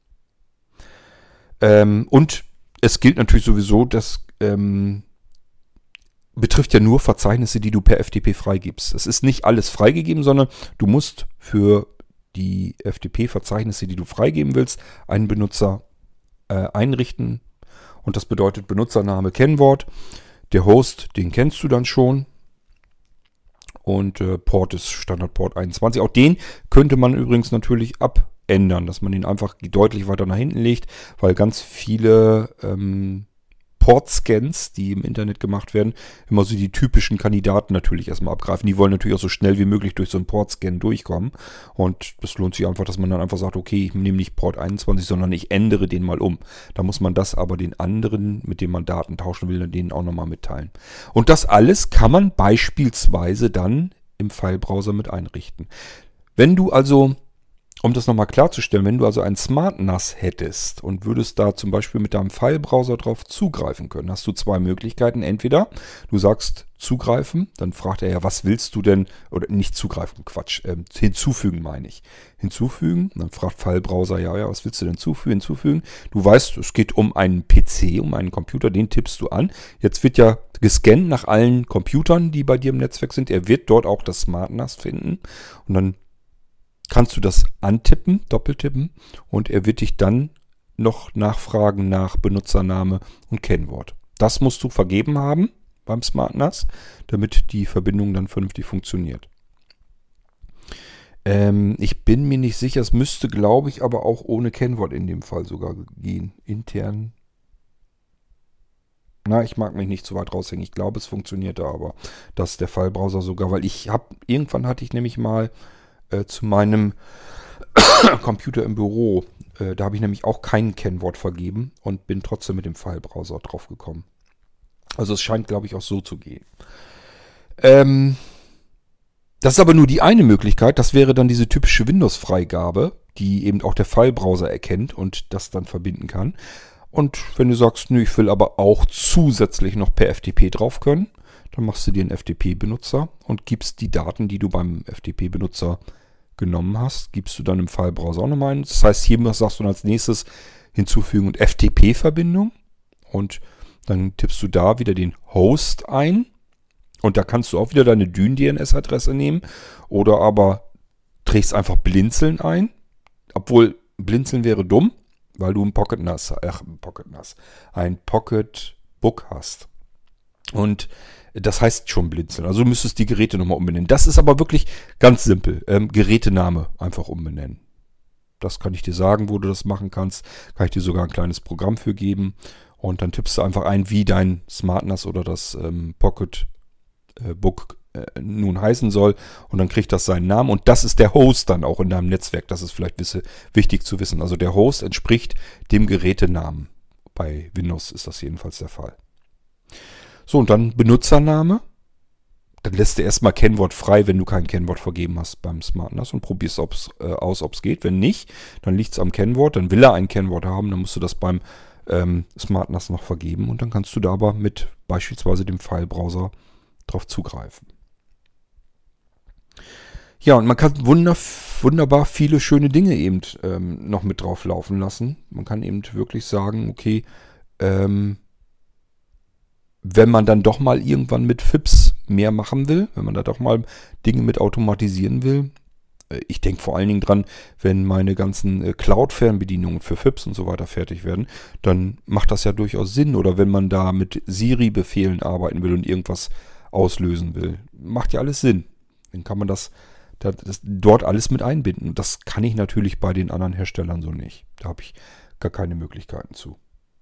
Ähm, und es gilt natürlich sowieso, dass ähm, betrifft ja nur Verzeichnisse, die du per F T P freigibst. Es ist nicht alles freigegeben, sondern du musst für die F T P-Verzeichnisse, die du freigeben willst, einen Benutzer äh, einrichten. Und das bedeutet Benutzername, Kennwort. Der Host, den kennst du dann schon. Und äh, Port ist Standardport einundzwanzig. Auch den könnte man übrigens natürlich abändern, dass man den einfach deutlich weiter nach hinten legt, weil ganz viele ähm, Port-Scans, die im Internet gemacht werden, immer so die typischen Kandidaten natürlich erstmal abgreifen. Die wollen natürlich auch so schnell wie möglich durch so einen Port-Scan durchkommen. Und das lohnt sich einfach, dass man dann einfach sagt, okay, ich nehme nicht Port einundzwanzig, sondern ich ändere den mal um. Da muss man das aber den anderen, mit denen man Daten tauschen will, denen auch nochmal mitteilen. Und das alles kann man beispielsweise dann im File-Browser mit einrichten. Wenn du also, um das nochmal klarzustellen, wenn du also ein Smart N A S hättest und würdest da zum Beispiel mit deinem File-Browser drauf zugreifen können, hast du zwei Möglichkeiten. Entweder du sagst zugreifen, dann fragt er ja, was willst du denn, oder nicht zugreifen, Quatsch, äh, hinzufügen meine ich. Hinzufügen, dann fragt File-Browser, ja, ja, was willst du denn hinzufügen? hinzufügen? Du weißt, es geht um einen P C, um einen Computer, den tippst du an. Jetzt wird ja gescannt nach allen Computern, die bei dir im Netzwerk sind. Er wird dort auch das Smart N A S finden und dann kannst du das antippen, doppeltippen und er wird dich dann noch nachfragen nach Benutzername und Kennwort. Das musst du vergeben haben beim Smart N A S, damit die Verbindung dann vernünftig funktioniert. Ähm, ich bin mir nicht sicher, es müsste, glaube ich, aber auch ohne Kennwort in dem Fall sogar gehen. Intern. Na, ich mag mich nicht zu weit raushängen. Ich glaube, es funktionierte aber, dass der File-Browser sogar, weil ich habe, irgendwann hatte ich nämlich mal äh, zu meinem Computer im Büro, äh, da habe ich nämlich auch kein Kennwort vergeben und bin trotzdem mit dem File-Browser drauf gekommen. Also es scheint, glaube ich, auch so zu gehen. Ähm, das ist aber nur die eine Möglichkeit. Das wäre dann diese typische Windows-Freigabe, die eben auch der File-Browser erkennt und das dann verbinden kann. Und wenn du sagst, nö, ich will aber auch zusätzlich noch per F T P drauf können, dann machst du dir einen F T P-Benutzer und gibst die Daten, die du beim F T P-Benutzer genommen hast, gibst du dann im File-Browser auch nochmal ein. Das heißt, hier sagst du dann als nächstes hinzufügen und F T P-Verbindung und dann tippst du da wieder den Host ein und da kannst du auch wieder deine D Y N-D N S-Adresse nehmen oder aber trägst einfach Blinzeln ein, obwohl Blinzeln wäre dumm, weil du ein Pocket N A S, ach, ein Pocket N A S, ein Pocket Book hast. Und das heißt schon Blinzeln. Also du müsstest die Geräte nochmal umbenennen. Das ist aber wirklich ganz simpel. Ähm, Gerätename einfach umbenennen. Das kann ich dir sagen, wo du das machen kannst. Kann ich dir sogar ein kleines Programm für geben. Und dann tippst du einfach ein, wie dein Smart N A S oder das ähm, Pocket äh, Book äh, nun heißen soll. Und dann kriegt das seinen Namen. Und das ist der Host dann auch in deinem Netzwerk. Das ist vielleicht wisse, wichtig zu wissen. Also der Host entspricht dem Gerätenamen. Bei Windows ist das jedenfalls der Fall. So, und dann Benutzername. Dann lässt du erstmal Kennwort frei, wenn du kein Kennwort vergeben hast beim Smart N A S und probierst ob's, äh, aus, ob es geht. Wenn nicht, dann liegt es am Kennwort. Dann will er ein Kennwort haben, dann musst du das beim ähm, Smart N A S noch vergeben. Und dann kannst du da aber mit beispielsweise dem File-Browser drauf zugreifen. Ja, und man kann wunder, wunderbar viele schöne Dinge eben ähm, noch mit drauf laufen lassen. Man kann eben wirklich sagen, okay, ähm, wenn man dann doch mal irgendwann mit F I P S mehr machen will, wenn man da doch mal Dinge mit automatisieren will. Ich denke vor allen Dingen dran, wenn meine ganzen Cloud-Fernbedienungen für F I P S und so weiter fertig werden, dann macht das ja durchaus Sinn. Oder wenn man da mit Siri-Befehlen arbeiten will und irgendwas auslösen will. Macht ja alles Sinn. Dann kann man das, das dort alles mit einbinden. Das kann ich natürlich bei den anderen Herstellern so nicht. Da habe ich gar keine Möglichkeiten zu.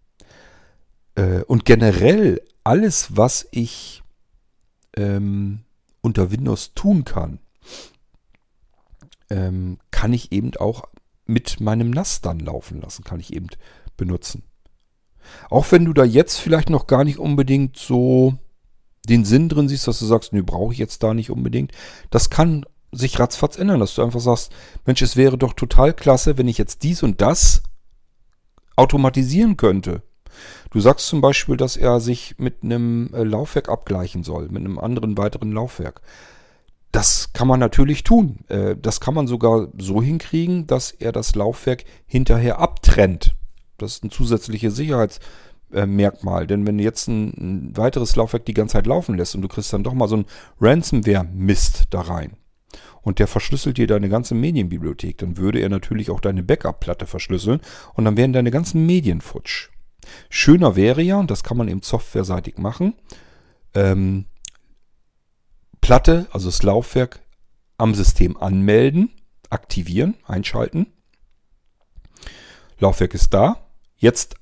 Und generell alles, was ich ähm, unter Windows tun kann, ähm, kann ich eben auch mit meinem N A S dann laufen lassen, kann ich eben benutzen. Auch wenn du da jetzt vielleicht noch gar nicht unbedingt so den Sinn drin siehst, dass du sagst, nö, brauche ich jetzt da nicht unbedingt. Das kann sich ratzfatz ändern, dass du einfach sagst, Mensch, es wäre doch total klasse, wenn ich jetzt dies und das automatisieren könnte. Du sagst zum Beispiel, dass er sich mit einem Laufwerk abgleichen soll, mit einem anderen weiteren Laufwerk. Das kann man natürlich tun. Das kann man sogar so hinkriegen, dass er das Laufwerk hinterher abtrennt. Das ist ein zusätzliches Sicherheitsmerkmal. Denn wenn du jetzt ein weiteres Laufwerk die ganze Zeit laufen lässt und du kriegst dann doch mal so einen Ransomware-Mist da rein und der verschlüsselt dir deine ganze Medienbibliothek, dann würde er natürlich auch deine Backup-Platte verschlüsseln und dann wären deine ganzen Medien futsch. Schöner wäre ja, und das kann man eben softwareseitig machen, ähm, Platte, also das Laufwerk, am System anmelden, aktivieren, einschalten. Laufwerk ist da. Jetzt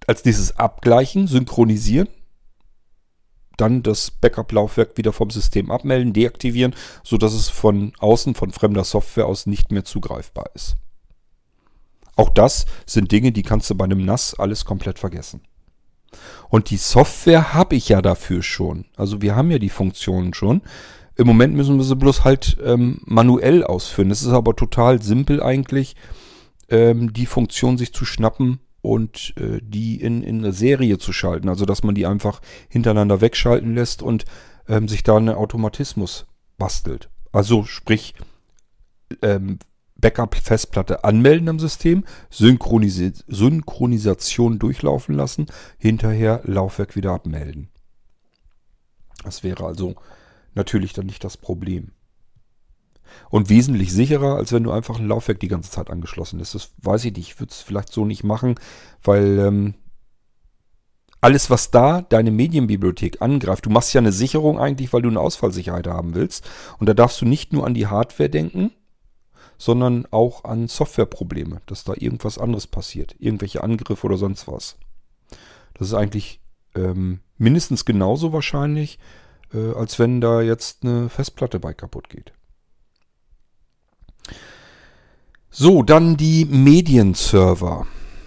als nächstes abgleichen, synchronisieren. Dann das Backup-Laufwerk wieder vom System abmelden, deaktivieren, sodass es von außen, von fremder Software aus nicht mehr zugreifbar ist. Auch das sind Dinge, die kannst du bei einem N A S alles komplett vergessen. Und die Software habe ich ja dafür schon. Also wir haben ja die Funktionen schon. Im Moment müssen wir sie bloß halt ähm, manuell ausführen. Es ist aber total simpel eigentlich, ähm, die Funktion sich zu schnappen und äh, die in, in eine Serie zu schalten. Also dass man die einfach hintereinander wegschalten lässt und ähm, sich da einen Automatismus bastelt. Also sprich ähm, Backup-Festplatte anmelden am System, Synchronisi- Synchronisation durchlaufen lassen, hinterher Laufwerk wieder abmelden. Das wäre also natürlich dann nicht das Problem. Und wesentlich sicherer, als wenn du einfach ein Laufwerk die ganze Zeit angeschlossen ist. Das weiß ich nicht. Ich würde es vielleicht so nicht machen, weil ähm, alles, was da deine Medienbibliothek angreift, du machst ja eine Sicherung eigentlich, weil du eine Ausfallsicherheit haben willst. Und da darfst du nicht nur an die Hardware denken, sondern auch an Softwareprobleme, dass da irgendwas anderes passiert. Irgendwelche Angriffe oder sonst was. Das ist eigentlich ähm, mindestens genauso wahrscheinlich, äh, als wenn da jetzt eine Festplatte bei kaputt geht. So, dann die Medienserver.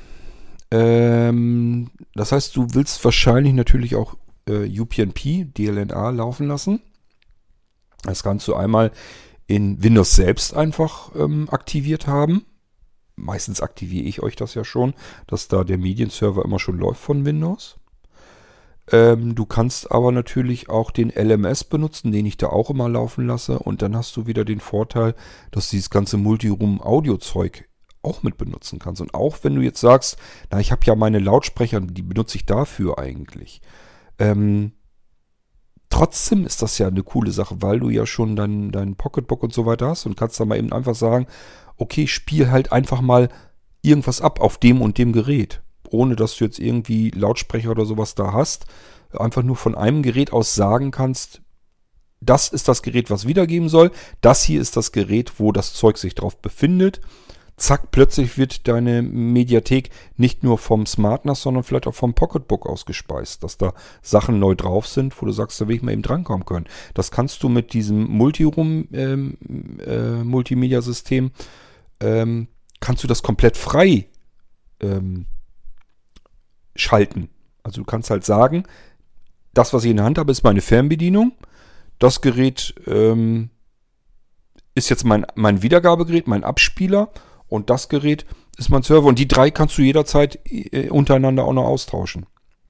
Ähm, das heißt, du willst wahrscheinlich natürlich auch äh, U P n P, D L N A laufen lassen. Das kannst du einmal in Windows selbst einfach ähm, aktiviert haben. Meistens aktiviere ich euch das ja schon, dass da der Medienserver immer schon läuft von Windows. Ähm, du kannst aber natürlich auch den L M S benutzen, den ich da auch immer laufen lasse. Und dann hast du wieder den Vorteil, dass du dieses ganze Multiroom-Audio-Zeug auch mit benutzen kannst. Und auch wenn du jetzt sagst, na, ich habe ja meine Lautsprecher, die benutze ich dafür eigentlich. Ähm, trotzdem ist das ja eine coole Sache, weil du ja schon dein, dein Pocketbook und so weiter hast und kannst dann mal eben einfach sagen, okay, spiel halt einfach mal irgendwas ab auf dem und dem Gerät. Ohne dass du jetzt irgendwie Lautsprecher oder sowas da hast. Einfach nur von einem Gerät aus sagen kannst, das ist das Gerät, was wiedergeben soll. Das hier ist das Gerät, wo das Zeug sich drauf befindet. Zack, plötzlich wird deine Mediathek nicht nur vom Smart N A S, sondern vielleicht auch vom Pocketbook ausgespeist. Dass da Sachen neu drauf sind, wo du sagst, da will ich mal eben drankommen können. Das kannst du mit diesem Multiroom ähm, äh, Multimedia-System, ähm, kannst du das komplett frei ähm, schalten. Also du kannst halt sagen, das, was ich in der Hand habe, ist meine Fernbedienung. Das Gerät ähm, ist jetzt mein, mein Wiedergabegerät, mein Abspieler. Und das Gerät ist mein Server. Und die drei kannst du jederzeit äh, untereinander auch noch austauschen.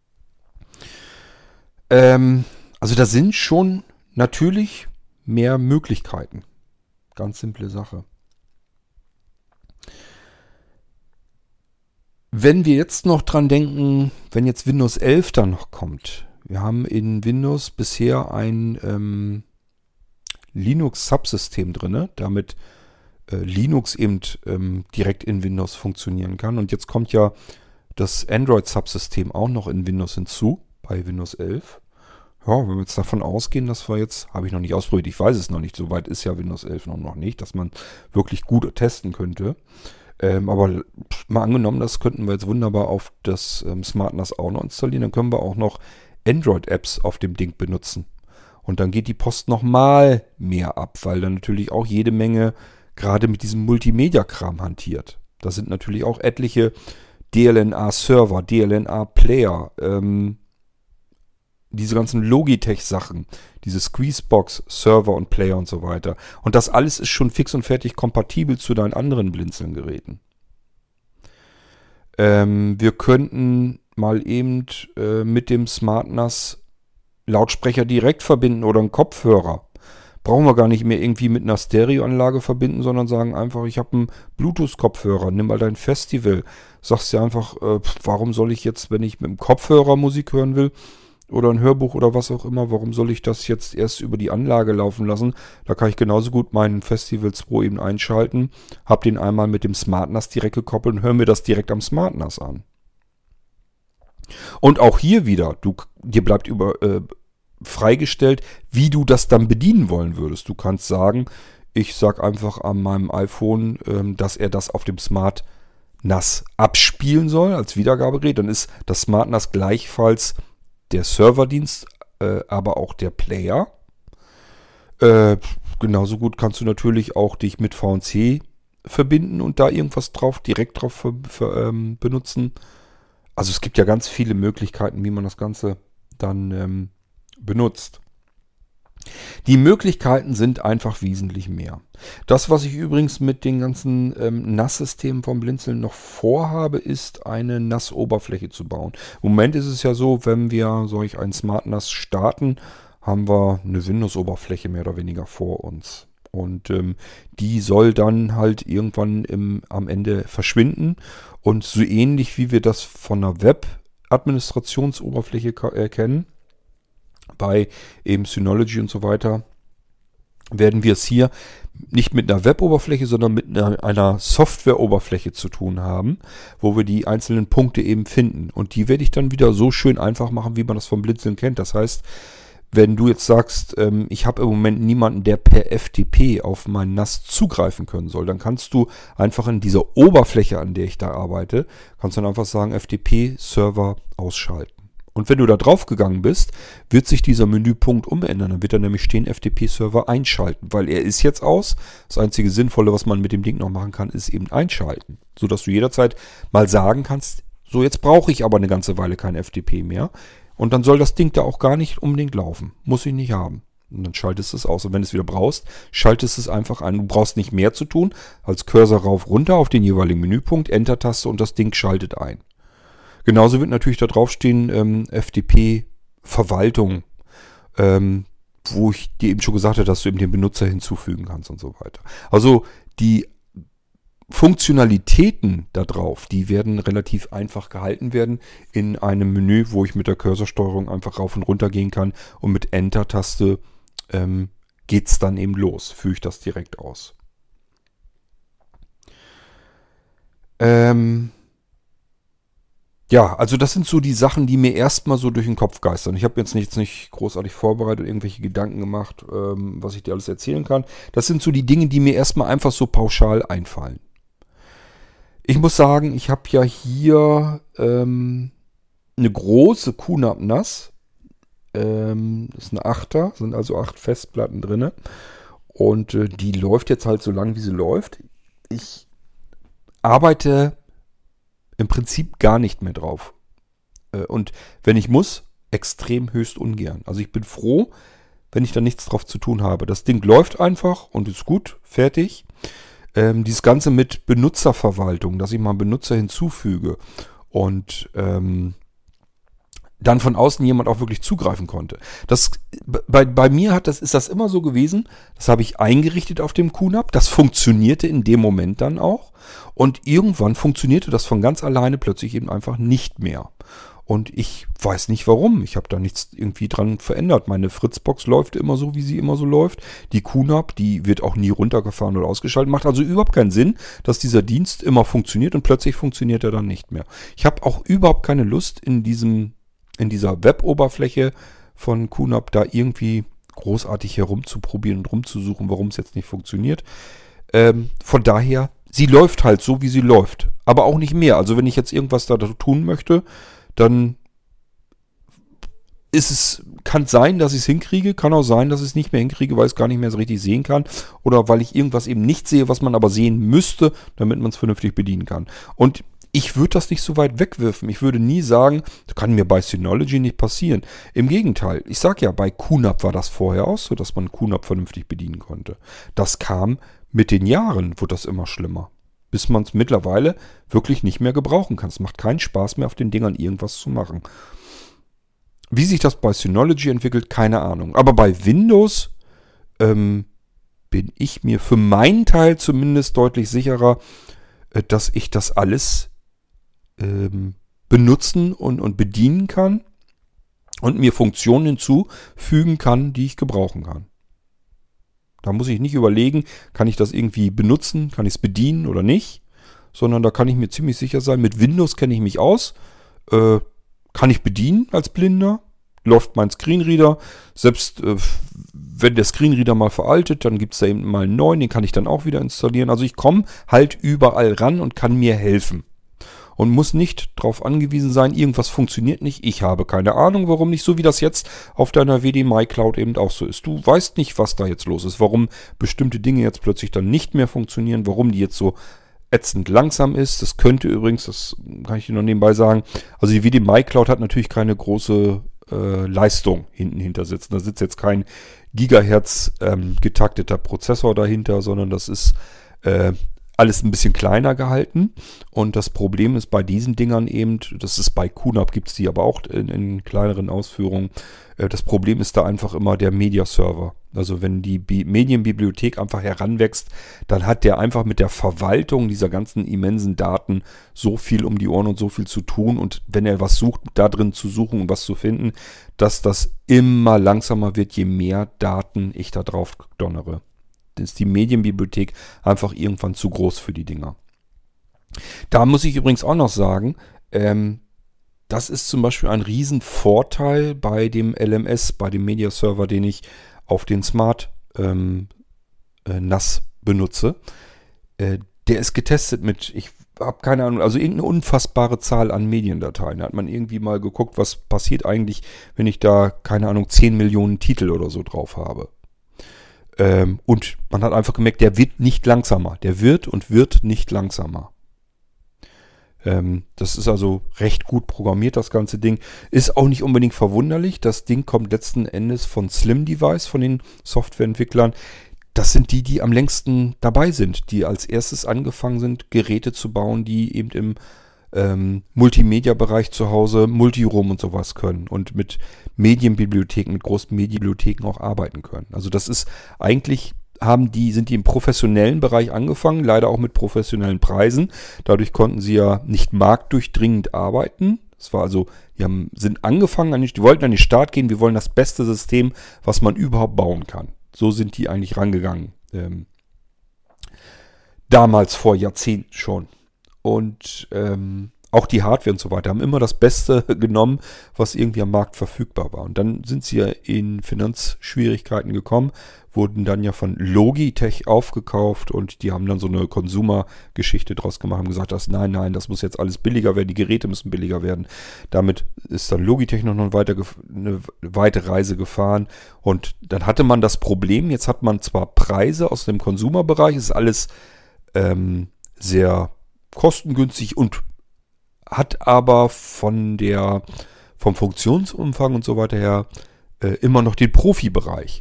Ähm, also da sind schon natürlich mehr Möglichkeiten. Ganz simple Sache. Wenn wir jetzt noch dran denken, wenn jetzt Windows elf dann noch kommt. Wir haben in Windows bisher ein ähm, Linux-Subsystem drin, damit äh, Linux eben ähm, direkt in Windows funktionieren kann. Und jetzt kommt ja das Android-Subsystem auch noch in Windows hinzu, bei Windows elf. Ja, wenn wir jetzt davon ausgehen, dass wir jetzt, habe ich noch nicht ausprobiert, ich weiß es noch nicht, so weit ist ja Windows elf noch, noch nicht, dass man wirklich gut testen könnte. Ähm, aber mal angenommen, das könnten wir jetzt wunderbar auf das ähm, Smart N A S auch noch installieren. Dann können wir auch noch Android-Apps auf dem Ding benutzen. Und dann geht die Post nochmal mehr ab, weil dann natürlich auch jede Menge gerade mit diesem Multimedia-Kram hantiert. Da sind natürlich auch etliche D L N A-Server, D L N A-Player, ähm, diese ganzen Logitech-Sachen, diese Squeezebox-Server und Player und so weiter. Und das alles ist schon fix und fertig kompatibel zu deinen anderen Blinzeln-Geräten. Ähm, wir könnten mal eben äh, mit dem Smart N A S Lautsprecher direkt verbinden oder einen Kopfhörer. Brauchen wir gar nicht mehr irgendwie mit einer Stereoanlage verbinden, sondern sagen einfach, ich habe einen Bluetooth-Kopfhörer, nimm mal dein Festival. Sagst dir einfach, äh, warum soll ich jetzt, wenn ich mit dem Kopfhörer Musik hören will, oder ein Hörbuch oder was auch immer, warum soll ich das jetzt erst über die Anlage laufen lassen? Da kann ich genauso gut meinen Festivals Pro eben einschalten, habe den einmal mit dem Smart N A S direkt gekoppelt und höre mir das direkt am Smart N A S an. Und auch hier wieder, du, dir bleibt über, äh, freigestellt, wie du das dann bedienen wollen würdest. Du kannst sagen, ich sage einfach an meinem iPhone, ähm, dass er das auf dem Smart N A S abspielen soll als Wiedergabegerät, dann ist das Smart N A S gleichfalls der Serverdienst, äh, aber auch der Player. Äh, genauso gut kannst du natürlich auch dich mit V N C verbinden und da irgendwas drauf, direkt drauf für, für, ähm, benutzen. Also es gibt ja ganz viele Möglichkeiten, wie man das Ganze dann ähm, benutzt. Die Möglichkeiten sind einfach wesentlich mehr. Das, was ich übrigens mit den ganzen ähm, N A S-Systemen vom Blinzeln noch vorhabe, ist eine N A S-Oberfläche zu bauen. Im Moment ist es ja so, wenn wir solch ein Smart N A S starten, haben wir eine Windows-Oberfläche mehr oder weniger vor uns. Und ähm, die soll dann halt irgendwann im, am Ende verschwinden. Und so ähnlich wie wir das von einer Web-Administrationsoberfläche äh, kennen, bei eben Synology und so weiter, werden wir es hier nicht mit einer Web-Oberfläche, sondern mit einer, einer Software-Oberfläche zu tun haben, wo wir die einzelnen Punkte eben finden. Und die werde ich dann wieder so schön einfach machen, wie man das vom Blinzeln kennt. Das heißt, wenn du jetzt sagst, ähm, ich habe im Moment niemanden, der per F T P auf mein N A S zugreifen können soll, dann kannst du einfach in dieser Oberfläche, an der ich da arbeite, kannst du dann einfach sagen, F T P-Server ausschalten. Und wenn du da drauf gegangen bist, wird sich dieser Menüpunkt umändern. Dann wird da nämlich stehen, F T P-Server einschalten, weil er ist jetzt aus. Das einzige Sinnvolle, was man mit dem Ding noch machen kann, ist eben einschalten. Sodass du jederzeit mal sagen kannst, so jetzt brauche ich aber eine ganze Weile kein F T P mehr. Und dann soll das Ding da auch gar nicht unbedingt laufen. Muss ich nicht haben. Und dann schaltest du es aus. Und wenn du es wieder brauchst, schaltest es einfach ein. Du brauchst nicht mehr zu tun, als Cursor rauf, runter auf den jeweiligen Menüpunkt, Enter-Taste und das Ding schaltet ein. Genauso wird natürlich da draufstehen, ähm, F T P-Verwaltung, ähm, wo ich dir eben schon gesagt habe, dass du eben den Benutzer hinzufügen kannst und so weiter. Also die Funktionalitäten da drauf, die werden relativ einfach gehalten werden in einem Menü, wo ich mit der Cursorsteuerung einfach rauf und runter gehen kann und mit Enter-Taste ähm, geht es dann eben los, führe ich das direkt aus. Ähm... Ja, also das sind so die Sachen, die mir erstmal so durch den Kopf geistern. Ich habe jetzt nicht, nicht großartig vorbereitet, irgendwelche Gedanken gemacht, ähm, was ich dir alles erzählen kann. Das sind so die Dinge, die mir erstmal einfach so pauschal einfallen. Ich muss sagen, ich habe ja hier ähm, eine große Q NAP N A S. Ähm, das ist eine Achter, sind also acht Festplatten drin. Und äh, die läuft jetzt halt so lang, wie sie läuft. Ich arbeite im Prinzip gar nicht mehr drauf. Und wenn ich muss, extrem höchst ungern. Also ich bin froh, wenn ich da nichts drauf zu tun habe. Das Ding läuft einfach und ist gut, fertig. Ähm, dieses Ganze mit Benutzerverwaltung, dass ich mal einen Benutzer hinzufüge und ähm, dann von außen jemand auch wirklich zugreifen konnte. Das, bei, bei mir hat das, ist das immer so gewesen, das habe ich eingerichtet auf dem Q NAP, das funktionierte in dem Moment dann auch und irgendwann funktionierte das von ganz alleine plötzlich eben einfach nicht mehr. Und ich weiß nicht warum, ich habe da nichts irgendwie dran verändert. Meine Fritzbox läuft immer so, wie sie immer so läuft. Die Q NAP, die wird auch nie runtergefahren oder ausgeschaltet. Macht also überhaupt keinen Sinn, dass dieser Dienst immer funktioniert und plötzlich funktioniert er dann nicht mehr. Ich habe auch überhaupt keine Lust in diesem in dieser Web-Oberfläche von Q NAP da irgendwie großartig herumzuprobieren und rumzusuchen, warum es jetzt nicht funktioniert. Ähm, von daher, sie läuft halt so, wie sie läuft. Aber auch nicht mehr. Also wenn ich jetzt irgendwas da tun möchte, dann ist es, kann sein, dass ich es hinkriege. Kann auch sein, dass ich es nicht mehr hinkriege, weil ich es gar nicht mehr so richtig sehen kann. Oder weil ich irgendwas eben nicht sehe, was man aber sehen müsste, damit man es vernünftig bedienen kann. Und ich würde das nicht so weit wegwerfen. Ich würde nie sagen, das kann mir bei Synology nicht passieren. Im Gegenteil, ich sage ja, bei Q NAP war das vorher auch so, dass man Q NAP vernünftig bedienen konnte. Das kam mit den Jahren, wurde das immer schlimmer. Bis man es mittlerweile wirklich nicht mehr gebrauchen kann. Es macht keinen Spaß mehr, auf den Dingern irgendwas zu machen. Wie sich das bei Synology entwickelt, keine Ahnung. Aber bei Windows ähm, bin ich mir für meinen Teil zumindest deutlich sicherer, äh, dass ich das alles ähm, benutzen und, und bedienen kann und mir Funktionen hinzufügen kann, die ich gebrauchen kann. Da muss ich nicht überlegen, kann ich das irgendwie benutzen, kann ich es bedienen oder nicht, sondern da kann ich mir ziemlich sicher sein, mit Windows kenne ich mich aus, äh, kann ich bedienen als Blinder, läuft mein Screenreader, selbst äh, wenn der Screenreader mal veraltet, dann gibt es da eben mal einen neuen, den kann ich dann auch wieder installieren. Also ich komme halt überall ran und kann mir helfen. und muss nicht darauf angewiesen sein, irgendwas funktioniert nicht. Ich habe keine Ahnung, warum nicht, so wie das jetzt auf deiner W D MyCloud eben auch so ist. Du weißt nicht, was da jetzt los ist, warum bestimmte Dinge jetzt plötzlich dann nicht mehr funktionieren, warum die jetzt so ätzend langsam ist. Das könnte übrigens, das kann ich dir noch nebenbei sagen, also die W D MyCloud hat natürlich keine große äh, Leistung hinten hinter sitzen. Da sitzt jetzt kein Gigahertz ähm, getakteter Prozessor dahinter, sondern das ist äh, alles ein bisschen kleiner gehalten. Und das Problem ist bei diesen Dingern eben, das ist bei QNAP, gibt es die aber auch in, in kleineren Ausführungen, äh, das Problem ist da einfach immer der Media-Server. Also wenn die Bi- Medienbibliothek einfach heranwächst, dann hat der einfach mit der Verwaltung dieser ganzen immensen Daten so viel um die Ohren und so viel zu tun. Und wenn er was sucht, da drin zu suchen und was zu finden, dass das immer langsamer wird, je mehr Daten ich da drauf donnere. Ist die Medienbibliothek einfach irgendwann zu groß für die Dinger. Da muss ich übrigens auch noch sagen, ähm, das ist zum Beispiel ein Riesenvorteil bei dem L M S, bei dem Media Server, den ich auf den Smart ähm, äh, N A S benutze. Äh, der ist getestet mit, ich habe keine Ahnung, also irgendeine unfassbare Zahl an Mediendateien. Da hat man irgendwie mal geguckt, was passiert eigentlich, wenn ich da, keine Ahnung, zehn Millionen Titel oder so drauf habe. Ähm, und man hat einfach gemerkt, der wird nicht langsamer. Der wird und wird nicht langsamer. Ähm, das ist also recht gut programmiert, das ganze Ding. Ist auch nicht unbedingt verwunderlich. Das Ding kommt letzten Endes von Slim Device, von den Softwareentwicklern. Das sind die, die am längsten dabei sind, die als erstes angefangen sind, Geräte zu bauen, die eben im ähm, Multimedia-Bereich zu Hause Multiroom und sowas können und mit Medienbibliotheken, mit großen Medienbibliotheken auch arbeiten können. Also das ist eigentlich, haben die, sind die im professionellen Bereich angefangen, leider auch mit professionellen Preisen. Dadurch konnten sie ja nicht marktdurchdringend arbeiten. Das war also, die haben, sind angefangen, an die, die wollten an den Start gehen, wir wollen das beste System, was man überhaupt bauen kann. So sind die eigentlich rangegangen. Ähm, damals vor Jahrzehnten schon. Und ähm, auch die Hardware und so weiter haben immer das Beste genommen, was irgendwie am Markt verfügbar war. Und dann sind sie ja in Finanzschwierigkeiten gekommen, wurden dann ja von Logitech aufgekauft und die haben dann so eine Consumer-Geschichte draus gemacht, haben gesagt, dass nein, nein, das muss jetzt alles billiger werden, die Geräte müssen billiger werden. Damit ist dann Logitech noch eine weite, eine weite Reise gefahren und dann hatte man das Problem, jetzt hat man zwar Preise aus dem Consumer-Bereich, ist alles ähm, sehr kostengünstig und hat aber von der, vom Funktionsumfang und so weiter her äh, immer noch den Profibereich.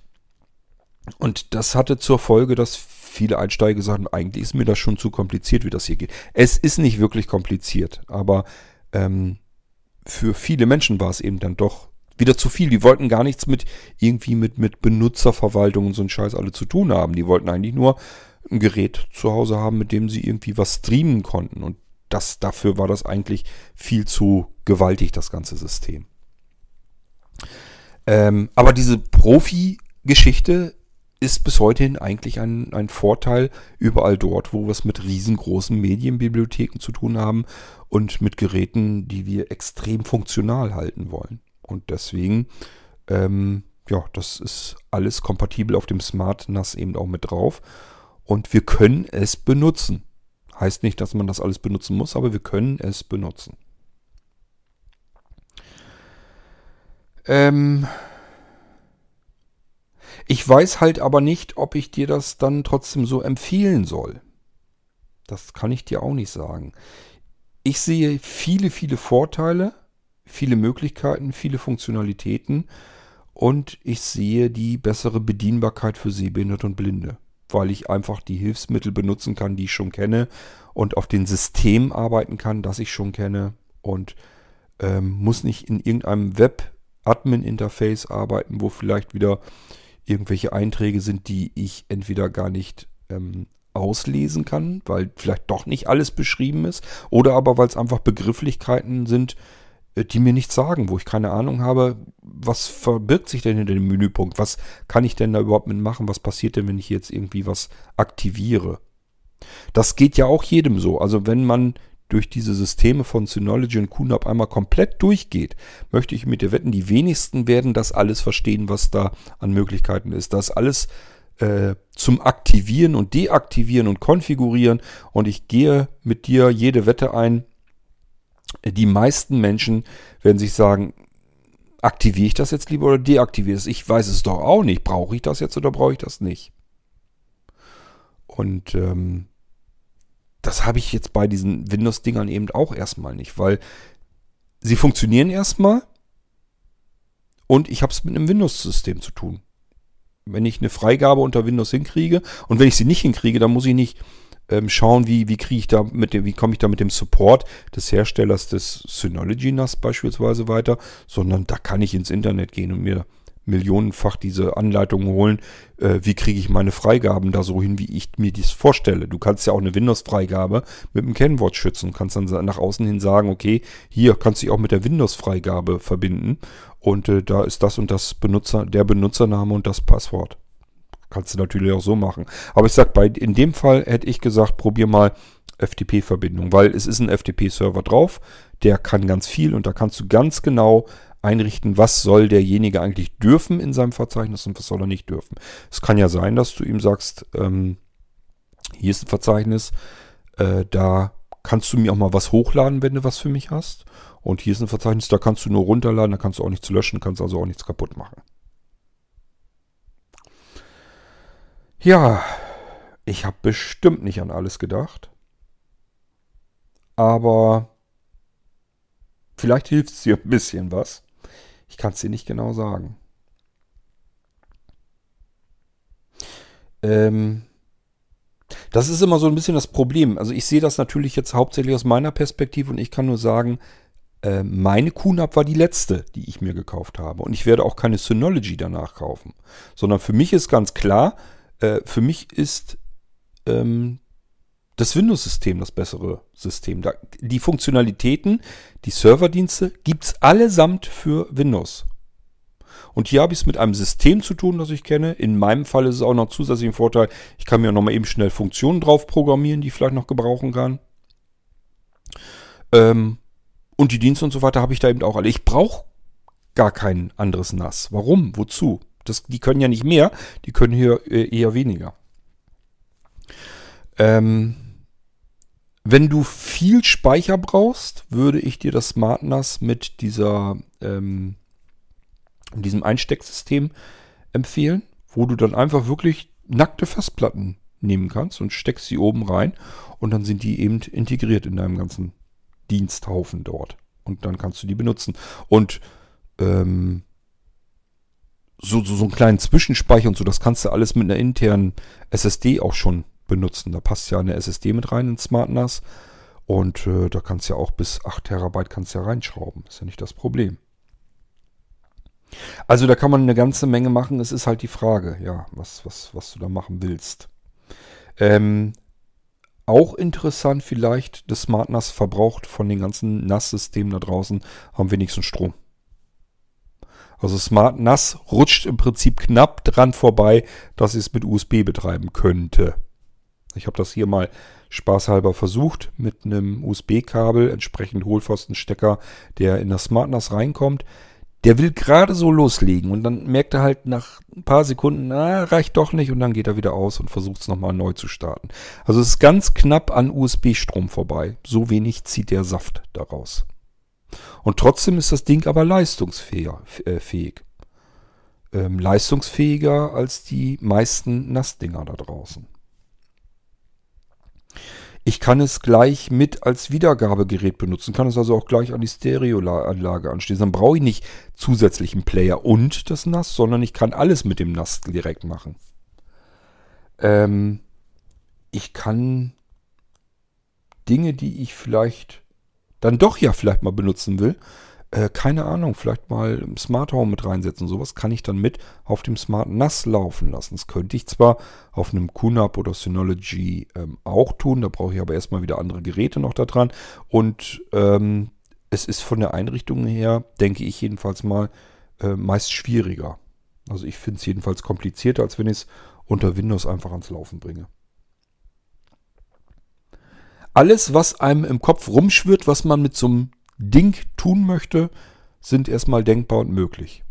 Und das hatte zur Folge, dass viele Einsteiger sagen, eigentlich ist mir das schon zu kompliziert, wie das hier geht. Es ist nicht wirklich kompliziert, aber ähm, für viele Menschen war es eben dann doch wieder zu viel. Die wollten gar nichts mit irgendwie mit, mit Benutzerverwaltung und so einen Scheiß alle zu tun haben. Die wollten eigentlich nur ein Gerät zu Hause haben, mit dem sie irgendwie was streamen konnten. Und das, dafür war das eigentlich viel zu gewaltig, das ganze System. Ähm, aber diese Profi-Geschichte ist bis heute hin eigentlich ein, ein Vorteil überall dort, wo wir es mit riesengroßen Medienbibliotheken zu tun haben und mit Geräten, die wir extrem funktional halten wollen. Und deswegen, ähm, ja, das ist alles kompatibel auf dem Smart N A S eben auch mit drauf. Und wir können es benutzen. Heißt nicht, dass man das alles benutzen muss, aber wir können es benutzen. Ähm... Ich weiß halt aber nicht, ob ich dir das dann trotzdem so empfehlen soll. Das kann ich dir auch nicht sagen. Ich sehe viele, viele Vorteile, viele Möglichkeiten, viele Funktionalitäten und ich sehe die bessere Bedienbarkeit für Sehbehinderte und Blinde, weil ich einfach die Hilfsmittel benutzen kann, die ich schon kenne und auf den Systemen arbeiten kann, das ich schon kenne und ähm, muss nicht in irgendeinem Web-Admin-Interface arbeiten, wo vielleicht wieder irgendwelche Einträge sind, die ich entweder gar nicht ähm, auslesen kann, weil vielleicht doch nicht alles beschrieben ist, oder aber weil es einfach Begrifflichkeiten sind, äh, die mir nichts sagen, wo ich keine Ahnung habe, was verbirgt sich denn hinter dem Menüpunkt, was kann ich denn da überhaupt mitmachen, was passiert denn, wenn ich jetzt irgendwie was aktiviere. Das geht ja auch jedem so, also wenn man durch diese Systeme von Synology und QNAP einmal komplett durchgeht, möchte ich mit dir wetten, die wenigsten werden das alles verstehen, was da an Möglichkeiten ist. Das alles äh, zum Aktivieren und Deaktivieren und Konfigurieren und ich gehe mit dir jede Wette ein, Die meisten Menschen werden sich sagen, aktiviere ich das jetzt lieber oder deaktiviere es? Ich weiß es doch auch nicht. Brauche ich das jetzt oder brauche ich das nicht? Und ähm, das habe ich jetzt bei diesen Windows-Dingern eben auch erstmal nicht, weil sie funktionieren erstmal und ich habe es mit einem Windows-System zu tun. Wenn ich eine Freigabe unter Windows hinkriege und wenn ich sie nicht hinkriege, dann muss ich nicht ähm, schauen, wie, wie kriege ich da mit dem, wie komme ich da mit dem Support des Herstellers des Synology N A S beispielsweise weiter, sondern da kann ich ins Internet gehen und mir millionenfach diese Anleitungen holen, äh, wie kriege ich meine Freigaben da so hin, wie ich mir das vorstelle. Du kannst ja auch eine Windows-Freigabe mit dem Kennwort schützen und kannst dann nach außen hin sagen, okay, hier kannst du dich auch mit der Windows-Freigabe verbinden und äh, da ist das und das Benutzer, der Benutzername und das Passwort. Kannst du natürlich auch so machen. Aber ich sag, bei, in dem Fall hätte ich gesagt, probier mal F T P-Verbindung, weil es ist ein F T P-Server drauf, der kann ganz viel und da kannst du ganz genau einrichten, was soll derjenige eigentlich dürfen in seinem Verzeichnis und was soll er nicht dürfen. Es kann ja sein, dass du ihm sagst, ähm, hier ist ein Verzeichnis, äh, da kannst du mir auch mal was hochladen, wenn du was für mich hast. Und hier ist ein Verzeichnis, da kannst du nur runterladen, da kannst du auch nichts löschen, kannst also auch nichts kaputt machen. Ja, ich habe bestimmt nicht an alles gedacht. Aber vielleicht hilft es dir ein bisschen was. Ich kann es dir nicht genau sagen. Ähm, das ist immer so ein bisschen das Problem. Also ich sehe das natürlich jetzt hauptsächlich aus meiner Perspektive und ich kann nur sagen, äh, meine Q NAP war die letzte, die ich mir gekauft habe. Und ich werde auch keine Synology danach kaufen. Sondern für mich ist ganz klar, äh, für mich ist ähm, das Windows-System das bessere System. Da, die Funktionalitäten, die Serverdienste gibt es allesamt für Windows. Und hier habe ich es mit einem System zu tun, das ich kenne. In meinem Fall ist es auch noch zusätzlich ein Vorteil, ich kann mir auch noch mal eben schnell Funktionen drauf programmieren, die ich vielleicht noch gebrauchen kann. Ähm, und die Dienste und so weiter habe ich da eben auch alle. Ich brauche gar kein anderes N A S. Warum? Wozu? Das, die können ja nicht mehr, die können hier äh, eher weniger. Ähm, wenn du viel Speicher brauchst, würde ich dir das Smart N A S mit dieser ähm, diesem Einstecksystem empfehlen, wo du dann einfach wirklich nackte Festplatten nehmen kannst und steckst sie oben rein und dann sind die eben integriert in deinem ganzen Diensthaufen dort und dann kannst du die benutzen. Und ähm, so, so, so einen kleinen Zwischenspeicher und so, das kannst du alles mit einer internen S S D auch schon benutzen. Da passt ja eine S S D mit rein ins Smart N A S und äh, da kannst du ja auch bis acht Terabyte kannst du ja reinschrauben. Ist ja nicht das Problem. Also da kann man eine ganze Menge machen. Es ist halt die Frage, ja, was, was, was du da machen willst. Ähm, auch interessant vielleicht, das Smart N A S verbraucht von den ganzen N A S-Systemen da draußen am wenigsten Strom. Also Smart N A S rutscht im Prinzip knapp dran vorbei, dass es mit U S B betreiben könnte. Ich habe das hier mal spaßhalber versucht mit einem U S B-Kabel, entsprechend Hohlpfostenstecker, der in das Smart N A S reinkommt. Der will gerade so loslegen und dann merkt er halt nach ein paar Sekunden, na, reicht doch nicht und dann geht er wieder aus und versucht es nochmal neu zu starten. Also es ist ganz knapp an U S B-Strom vorbei. So wenig zieht der Saft daraus. Und trotzdem ist das Ding aber leistungsfähig. Ähm, leistungsfähiger als die meisten N A S-Dinger da draußen. Ich kann es gleich mit als Wiedergabegerät benutzen, kann es also auch gleich an die Stereoanlage anschließen. Dann brauche ich nicht zusätzlichen Player und das N A S, sondern ich kann alles mit dem N A S direkt machen. Ähm, ich kann Dinge, die ich vielleicht dann doch ja vielleicht mal benutzen will, äh, keine Ahnung, vielleicht mal im Smart Home mit reinsetzen. Sowas kann ich dann mit auf dem Smart N A S laufen lassen. Das könnte ich zwar auf einem Q NAP oder Synology ähm, auch tun, da brauche ich aber erstmal wieder andere Geräte noch da dran. Und ähm, es ist von der Einrichtung her, denke ich jedenfalls mal, äh, meist schwieriger. Also ich finde es jedenfalls komplizierter, als wenn ich es unter Windows einfach ans Laufen bringe. Alles, was einem im Kopf rumschwirrt, was man mit so einem Ding tun möchte, sind erstmal denkbar und möglich.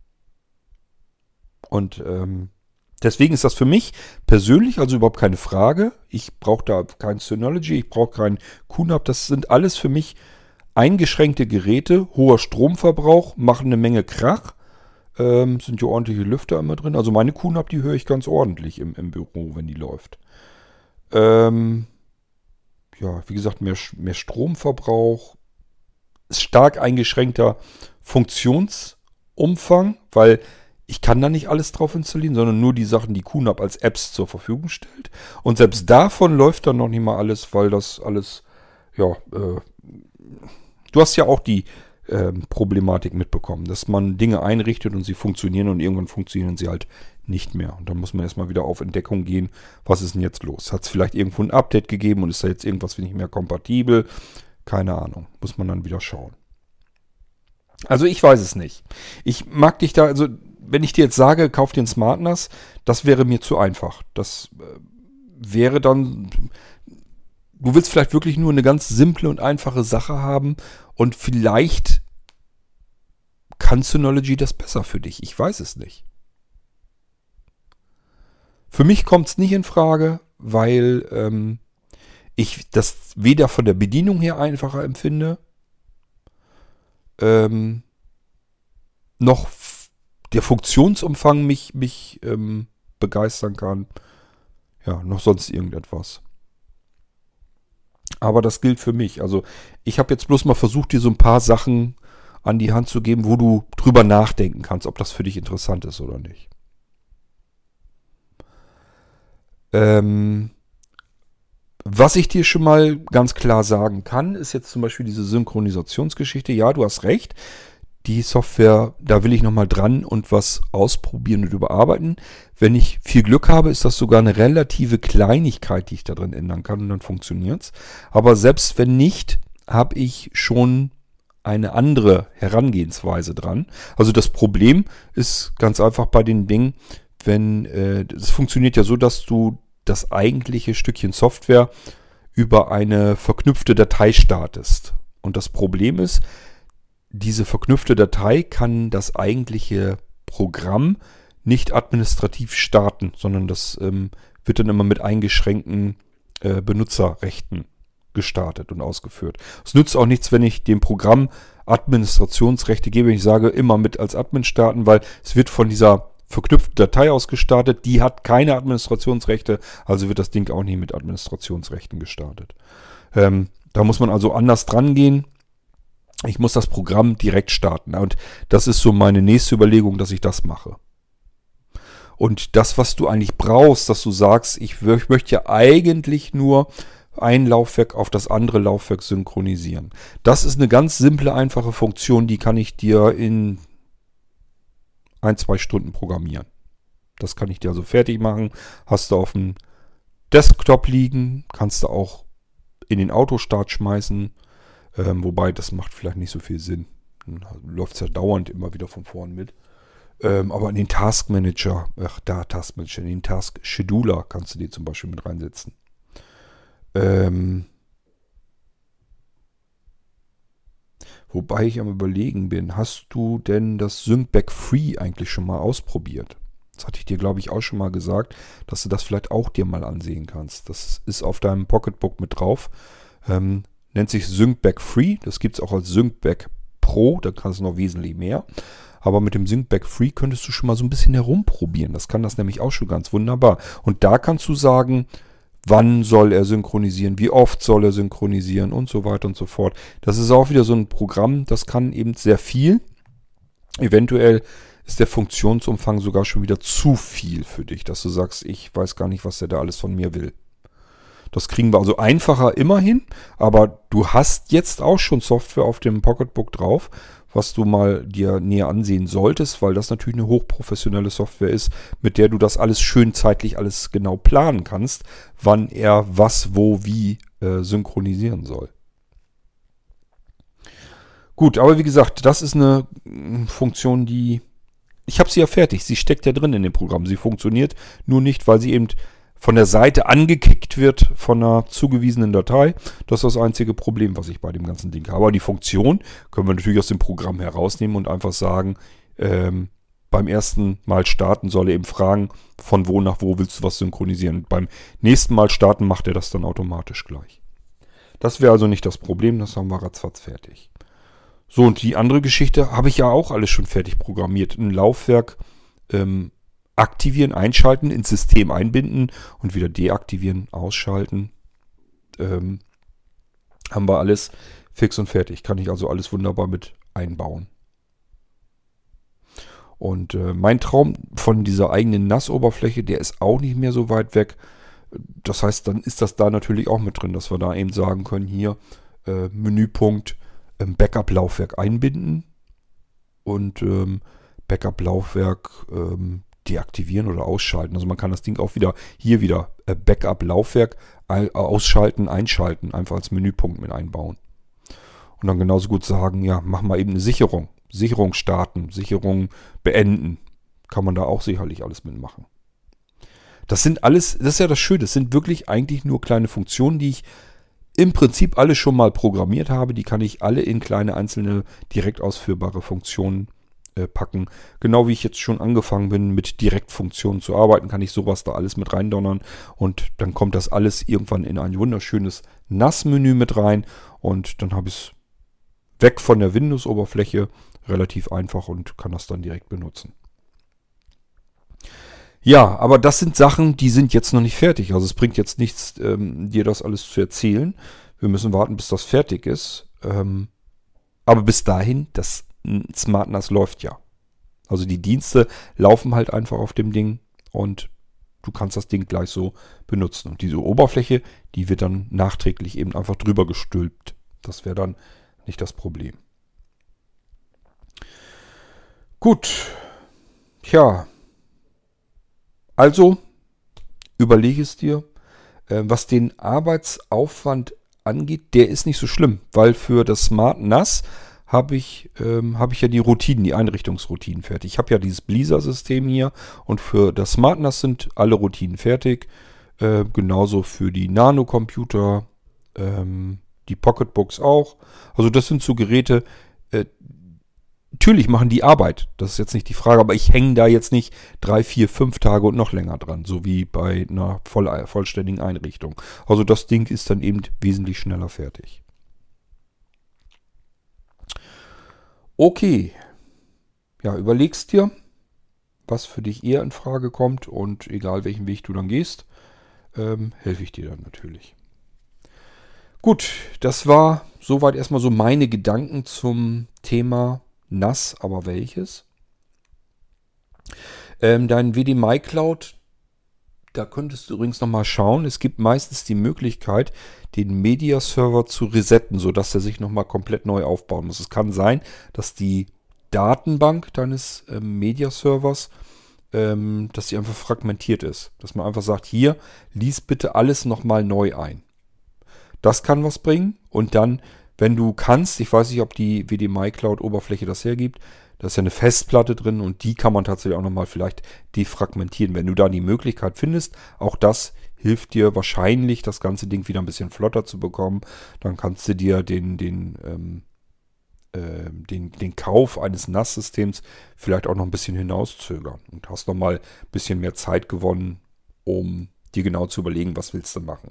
Und ähm, deswegen ist das für mich persönlich also überhaupt keine Frage. Ich brauche da kein Synology, ich brauche kein Q NAP. Das sind alles für mich eingeschränkte Geräte, hoher Stromverbrauch, machen eine Menge Krach. Ähm, sind ja ordentliche Lüfter immer drin. Also meine Q NAP, die höre ich ganz ordentlich im, im Büro, wenn die läuft. Ähm, ja, wie gesagt, mehr, mehr Stromverbrauch, stark eingeschränkter Funktionsumfang, weil ich kann da nicht alles drauf installieren, sondern nur die Sachen, die Q NAP als Apps zur Verfügung stellt. Und selbst davon läuft dann noch nicht mal alles, weil das alles, ja, äh, du hast ja auch die ähm, Problematik mitbekommen, dass man Dinge einrichtet und sie funktionieren und irgendwann funktionieren sie halt nicht mehr. Und dann muss man erstmal wieder auf Entdeckung gehen, was ist denn jetzt los? Hat es vielleicht irgendwo ein Update gegeben und ist da jetzt irgendwas nicht mehr kompatibel? Keine Ahnung, muss man dann wieder schauen. Also ich weiß es nicht. Ich mag dich da, also wenn ich dir jetzt sage, kauf dir einen Smart N A S, das wäre mir zu einfach. Das äh, wäre dann, du willst vielleicht wirklich nur eine ganz simple und einfache Sache haben und vielleicht kann Synology das besser für dich. Ich weiß es nicht. Für mich kommt es nicht in Frage, weil ähm, ich das weder von der Bedienung her einfacher empfinde, ähm, noch f- der Funktionsumfang mich, mich ähm, begeistern kann. Ja, noch sonst irgendetwas. Aber das gilt für mich. Also ich habe jetzt bloß mal versucht, dir so ein paar Sachen an die Hand zu geben, wo du drüber nachdenken kannst, ob das für dich interessant ist oder nicht. Ähm, was ich dir schon mal ganz klar sagen kann, ist jetzt zum Beispiel diese Synchronisationsgeschichte. Ja, du hast recht. Die Software, da will ich nochmal dran und was ausprobieren und überarbeiten. Wenn ich viel Glück habe, ist das sogar eine relative Kleinigkeit, die ich da drin ändern kann und dann funktioniert's. Aber selbst wenn nicht, habe ich schon eine andere Herangehensweise dran. Also das Problem ist ganz einfach bei den Dingen, wenn äh, das funktioniert ja so, dass du das eigentliche Stückchen Software über eine verknüpfte Datei startest. Und das Problem ist, diese verknüpfte Datei kann das eigentliche Programm nicht administrativ starten, sondern das ähm, wird dann immer mit eingeschränkten äh, Benutzerrechten gestartet und ausgeführt. Es nützt auch nichts, wenn ich dem Programm Administrationsrechte gebe. Ich sage immer mit als Admin starten, weil es wird von dieser verknüpften Datei aus gestartet. Die hat keine Administrationsrechte, also wird das Ding auch nicht mit Administrationsrechten gestartet. Ähm, da muss man also anders dran gehen. Ich muss das Programm direkt starten. Und das ist so meine nächste Überlegung, dass ich das mache. Und das, was du eigentlich brauchst, dass du sagst, ich, ich möchte ja eigentlich nur ein Laufwerk auf das andere Laufwerk synchronisieren. Das ist eine ganz simple, einfache Funktion, die kann ich dir in ein, zwei Stunden programmieren. Das kann ich dir also fertig machen. Hast du auf dem Desktop liegen, kannst du auch in den Autostart schmeißen. Ähm, wobei, das macht vielleicht nicht so viel Sinn. Dann läuft es ja dauernd immer wieder von vorn mit. Ähm, aber in den Task Manager, ach da, Task Manager, in den Task Scheduler kannst du dir zum Beispiel mit reinsetzen. Ähm, wobei ich am Überlegen bin, hast du denn das SyncBack Free eigentlich schon mal ausprobiert? Das hatte ich dir, glaube ich, auch schon mal gesagt, dass du das vielleicht auch dir mal ansehen kannst. Das ist auf deinem Pocketbook mit drauf. Ähm, nennt sich SyncBack Free. Das gibt es auch als SyncBack Pro. Da kannst du noch wesentlich mehr. Aber mit dem SyncBack Free könntest du schon mal so ein bisschen herumprobieren. Das kann das nämlich auch schon ganz wunderbar. Und da kannst du sagen, wann soll er synchronisieren, wie oft soll er synchronisieren und so weiter und so fort. Das ist auch wieder so ein Programm, das kann eben sehr viel. Eventuell ist der Funktionsumfang sogar schon wieder zu viel für dich, dass du sagst, ich weiß gar nicht, was der da alles von mir will. Das kriegen wir also einfacher immer hin, aber du hast jetzt auch schon Software auf dem Pocketbook drauf, was du mal dir näher ansehen solltest, weil das natürlich eine hochprofessionelle Software ist, mit der du das alles schön zeitlich alles genau planen kannst, wann er was, wo, wie äh, synchronisieren soll. Gut, aber wie gesagt, das ist eine äh, Funktion, die... Ich habe sie ja fertig, sie steckt ja drin in dem Programm. Sie funktioniert nur nicht, weil sie eben von der Seite angekickt wird von einer zugewiesenen Datei. Das ist das einzige Problem, was ich bei dem ganzen Ding habe. Aber die Funktion können wir natürlich aus dem Programm herausnehmen und einfach sagen, ähm, beim ersten Mal starten soll er eben fragen, von wo nach wo willst du was synchronisieren. Und beim nächsten Mal starten macht er das dann automatisch gleich. Das wäre also nicht das Problem, das haben wir ratzfatz fertig. So, und die andere Geschichte habe ich ja auch alles schon fertig programmiert. Ein Laufwerk ähm, aktivieren, einschalten, ins System einbinden und wieder deaktivieren, ausschalten. Ähm, haben wir alles fix und fertig. Kann ich also alles wunderbar mit einbauen. Und äh, mein Traum von dieser eigenen N A S-Oberfläche, der ist auch nicht mehr so weit weg. Das heißt, dann ist das da natürlich auch mit drin, dass wir da eben sagen können, hier äh, Menüpunkt ähm, Backup-Laufwerk einbinden und ähm, Backup-Laufwerk ähm, deaktivieren oder ausschalten. Also man kann das Ding auch wieder, hier wieder äh, Backup-Laufwerk ein, ausschalten, einschalten, einfach als Menüpunkt mit einbauen. Und dann genauso gut sagen, ja, mach mal eben eine Sicherung. Sicherung starten, Sicherung beenden. Kann man da auch sicherlich alles mitmachen. Das sind alles, das ist ja das Schöne, das sind wirklich eigentlich nur kleine Funktionen, die ich im Prinzip alle schon mal programmiert habe. Die kann ich alle in kleine einzelne direkt ausführbare Funktionen äh, packen. Genau wie ich jetzt schon angefangen bin, mit Direktfunktionen zu arbeiten, kann ich sowas da alles mit reindonnern. Und dann kommt das alles irgendwann in ein wunderschönes N A S-Menü mit rein. Und dann habe ich es weg von der Windows-Oberfläche, relativ einfach und kann das dann direkt benutzen. Ja, aber das sind Sachen, die sind jetzt noch nicht fertig. Also es bringt jetzt nichts, ähm, dir das alles zu erzählen. Wir müssen warten, bis das fertig ist. Ähm, aber bis dahin, das Smart N A S läuft ja. Also die Dienste laufen halt einfach auf dem Ding und du kannst das Ding gleich so benutzen. Und diese Oberfläche, die wird dann nachträglich eben einfach drüber gestülpt. Das wäre dann nicht das Problem. Gut. Tja. Also, überlege es dir. Äh, was den Arbeitsaufwand angeht, der ist nicht so schlimm, weil für das Smart N A S habe ich, ähm, habe ich ja die Routinen, die Einrichtungsroutinen fertig. Ich habe ja dieses Blizzard-System hier und für das Smart N A S sind alle Routinen fertig. Äh, genauso für die Nano-Computer, ähm, die Pocketbooks auch. Also das sind so Geräte, äh, natürlich machen die Arbeit, das ist jetzt nicht die Frage, aber ich hänge da jetzt nicht drei, vier, fünf Tage und noch länger dran, so wie bei einer voll, vollständigen Einrichtung. Also das Ding ist dann eben wesentlich schneller fertig. Okay, ja, überlegst dir, was für dich eher in Frage kommt und egal welchen Weg du dann gehst, ähm, helfe ich dir dann natürlich. Gut, das war soweit erstmal so meine Gedanken zum Thema N A S, aber welches? Ähm, dein W D M I Cloud, da könntest du übrigens nochmal schauen. Es gibt meistens die Möglichkeit, den Media-Server zu resetten, sodass er sich nochmal komplett neu aufbauen muss. Es kann sein, dass die Datenbank deines ähm, Media-Servers, ähm, dass die einfach fragmentiert ist. Dass man einfach sagt, hier, lies bitte alles nochmal neu ein. Das kann was bringen. Und dann, wenn du kannst, ich weiß nicht, ob die W D M I Cloud Oberfläche das hergibt, da ist ja eine Festplatte drin und die kann man tatsächlich auch nochmal vielleicht defragmentieren. Wenn du da die Möglichkeit findest, auch das hilft dir wahrscheinlich, das ganze Ding wieder ein bisschen flotter zu bekommen. Dann kannst du dir den, den, ähm, äh, den, den Kauf eines N A S-Systems vielleicht auch noch ein bisschen hinauszögern und hast nochmal ein bisschen mehr Zeit gewonnen, um dir genau zu überlegen, was willst du machen.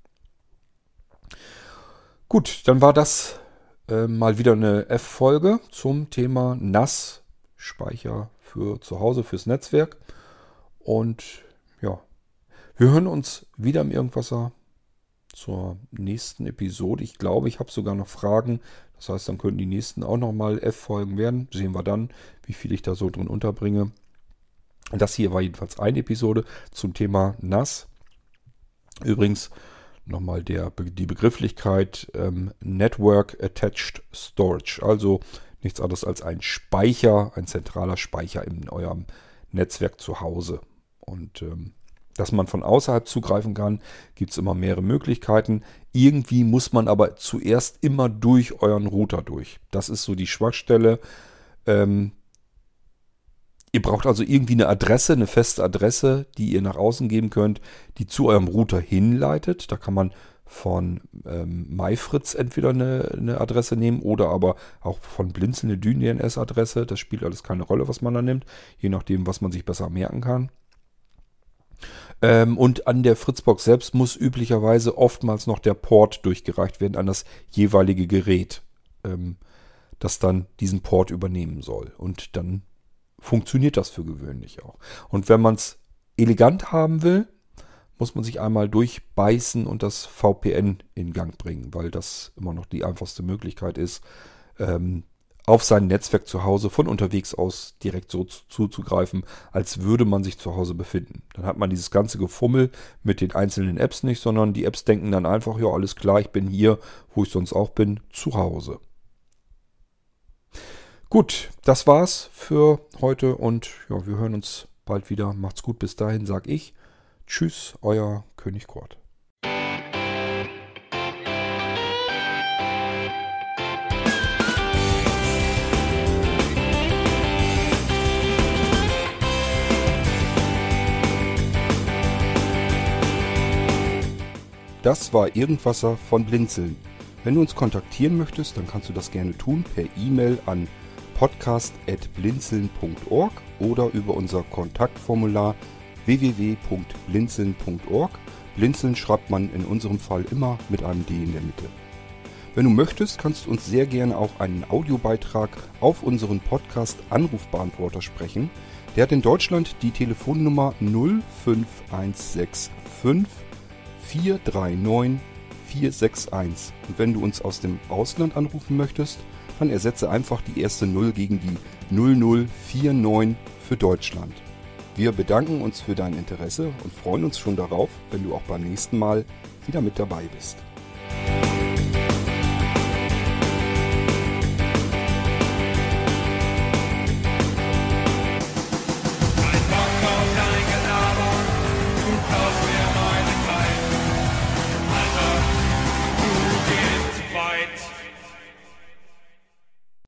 Gut, dann war das äh, mal wieder eine F-Folge zum Thema N A S-Speicher für zu Hause, fürs Netzwerk. Und ja, wir hören uns wieder im Irgendwasser zur nächsten Episode. Ich glaube, ich habe sogar noch Fragen. Das heißt, dann könnten die nächsten auch nochmal F-Folgen werden. Sehen wir dann, wie viel ich da so drin unterbringe. Das hier war jedenfalls eine Episode zum Thema N A S. Übrigens nochmal der, die Begrifflichkeit ähm, Network Attached Storage. Also nichts anderes als ein Speicher, ein zentraler Speicher in eurem Netzwerk zu Hause. Und ähm, dass man von außerhalb zugreifen kann, gibt es immer mehrere Möglichkeiten. Irgendwie muss man aber zuerst immer durch euren Router durch. Das ist so die Schwachstelle. Ähm, Ihr braucht also irgendwie eine Adresse, eine feste Adresse, die ihr nach außen geben könnt, die zu eurem Router hinleitet. Da kann man von ähm, MyFritz entweder eine, eine Adresse nehmen oder aber auch von Blinzeln eine D N S-Adresse. Das spielt alles keine Rolle, was man da nimmt, je nachdem, was man sich besser merken kann. Ähm, und an der Fritzbox selbst muss üblicherweise oftmals noch der Port durchgereicht werden an das jeweilige Gerät, ähm, das dann diesen Port übernehmen soll. Und dann funktioniert das für gewöhnlich auch. Und wenn man es elegant haben will, muss man sich einmal durchbeißen und das V P N in Gang bringen, weil das immer noch die einfachste Möglichkeit ist, ähm, auf sein Netzwerk zu Hause von unterwegs aus direkt so zuzugreifen, als würde man sich zu Hause befinden. Dann hat man dieses ganze Gefummel mit den einzelnen Apps nicht, sondern die Apps denken dann einfach, ja, alles klar, ich bin hier, wo ich sonst auch bin, zu Hause. Gut, das war's für heute und ja, wir hören uns bald wieder. Macht's gut, bis dahin sag ich Tschüss, euer König Kurt. Das war Irgendwasser von Blinzeln. Wenn du uns kontaktieren möchtest, dann kannst du das gerne tun per E-Mail an podcast at blinzeln punkt org oder über unser Kontaktformular w w w punkt blinzeln punkt org. Blinzeln schreibt man in unserem Fall immer mit einem D in der Mitte. Wenn du möchtest, kannst du uns sehr gerne auch einen Audiobeitrag auf unseren Podcast Anrufbeantworter sprechen. Der hat in Deutschland die Telefonnummer null fünf eins sechs fünf vier drei neun vier sechs eins. Und wenn du uns aus dem Ausland anrufen möchtest, dann ersetze einfach die erste null gegen die null null vier neun für Deutschland. Wir bedanken uns für dein Interesse und freuen uns schon darauf, wenn du auch beim nächsten Mal wieder mit dabei bist. Kein Bock auf dein Gelaber, du kaufst mir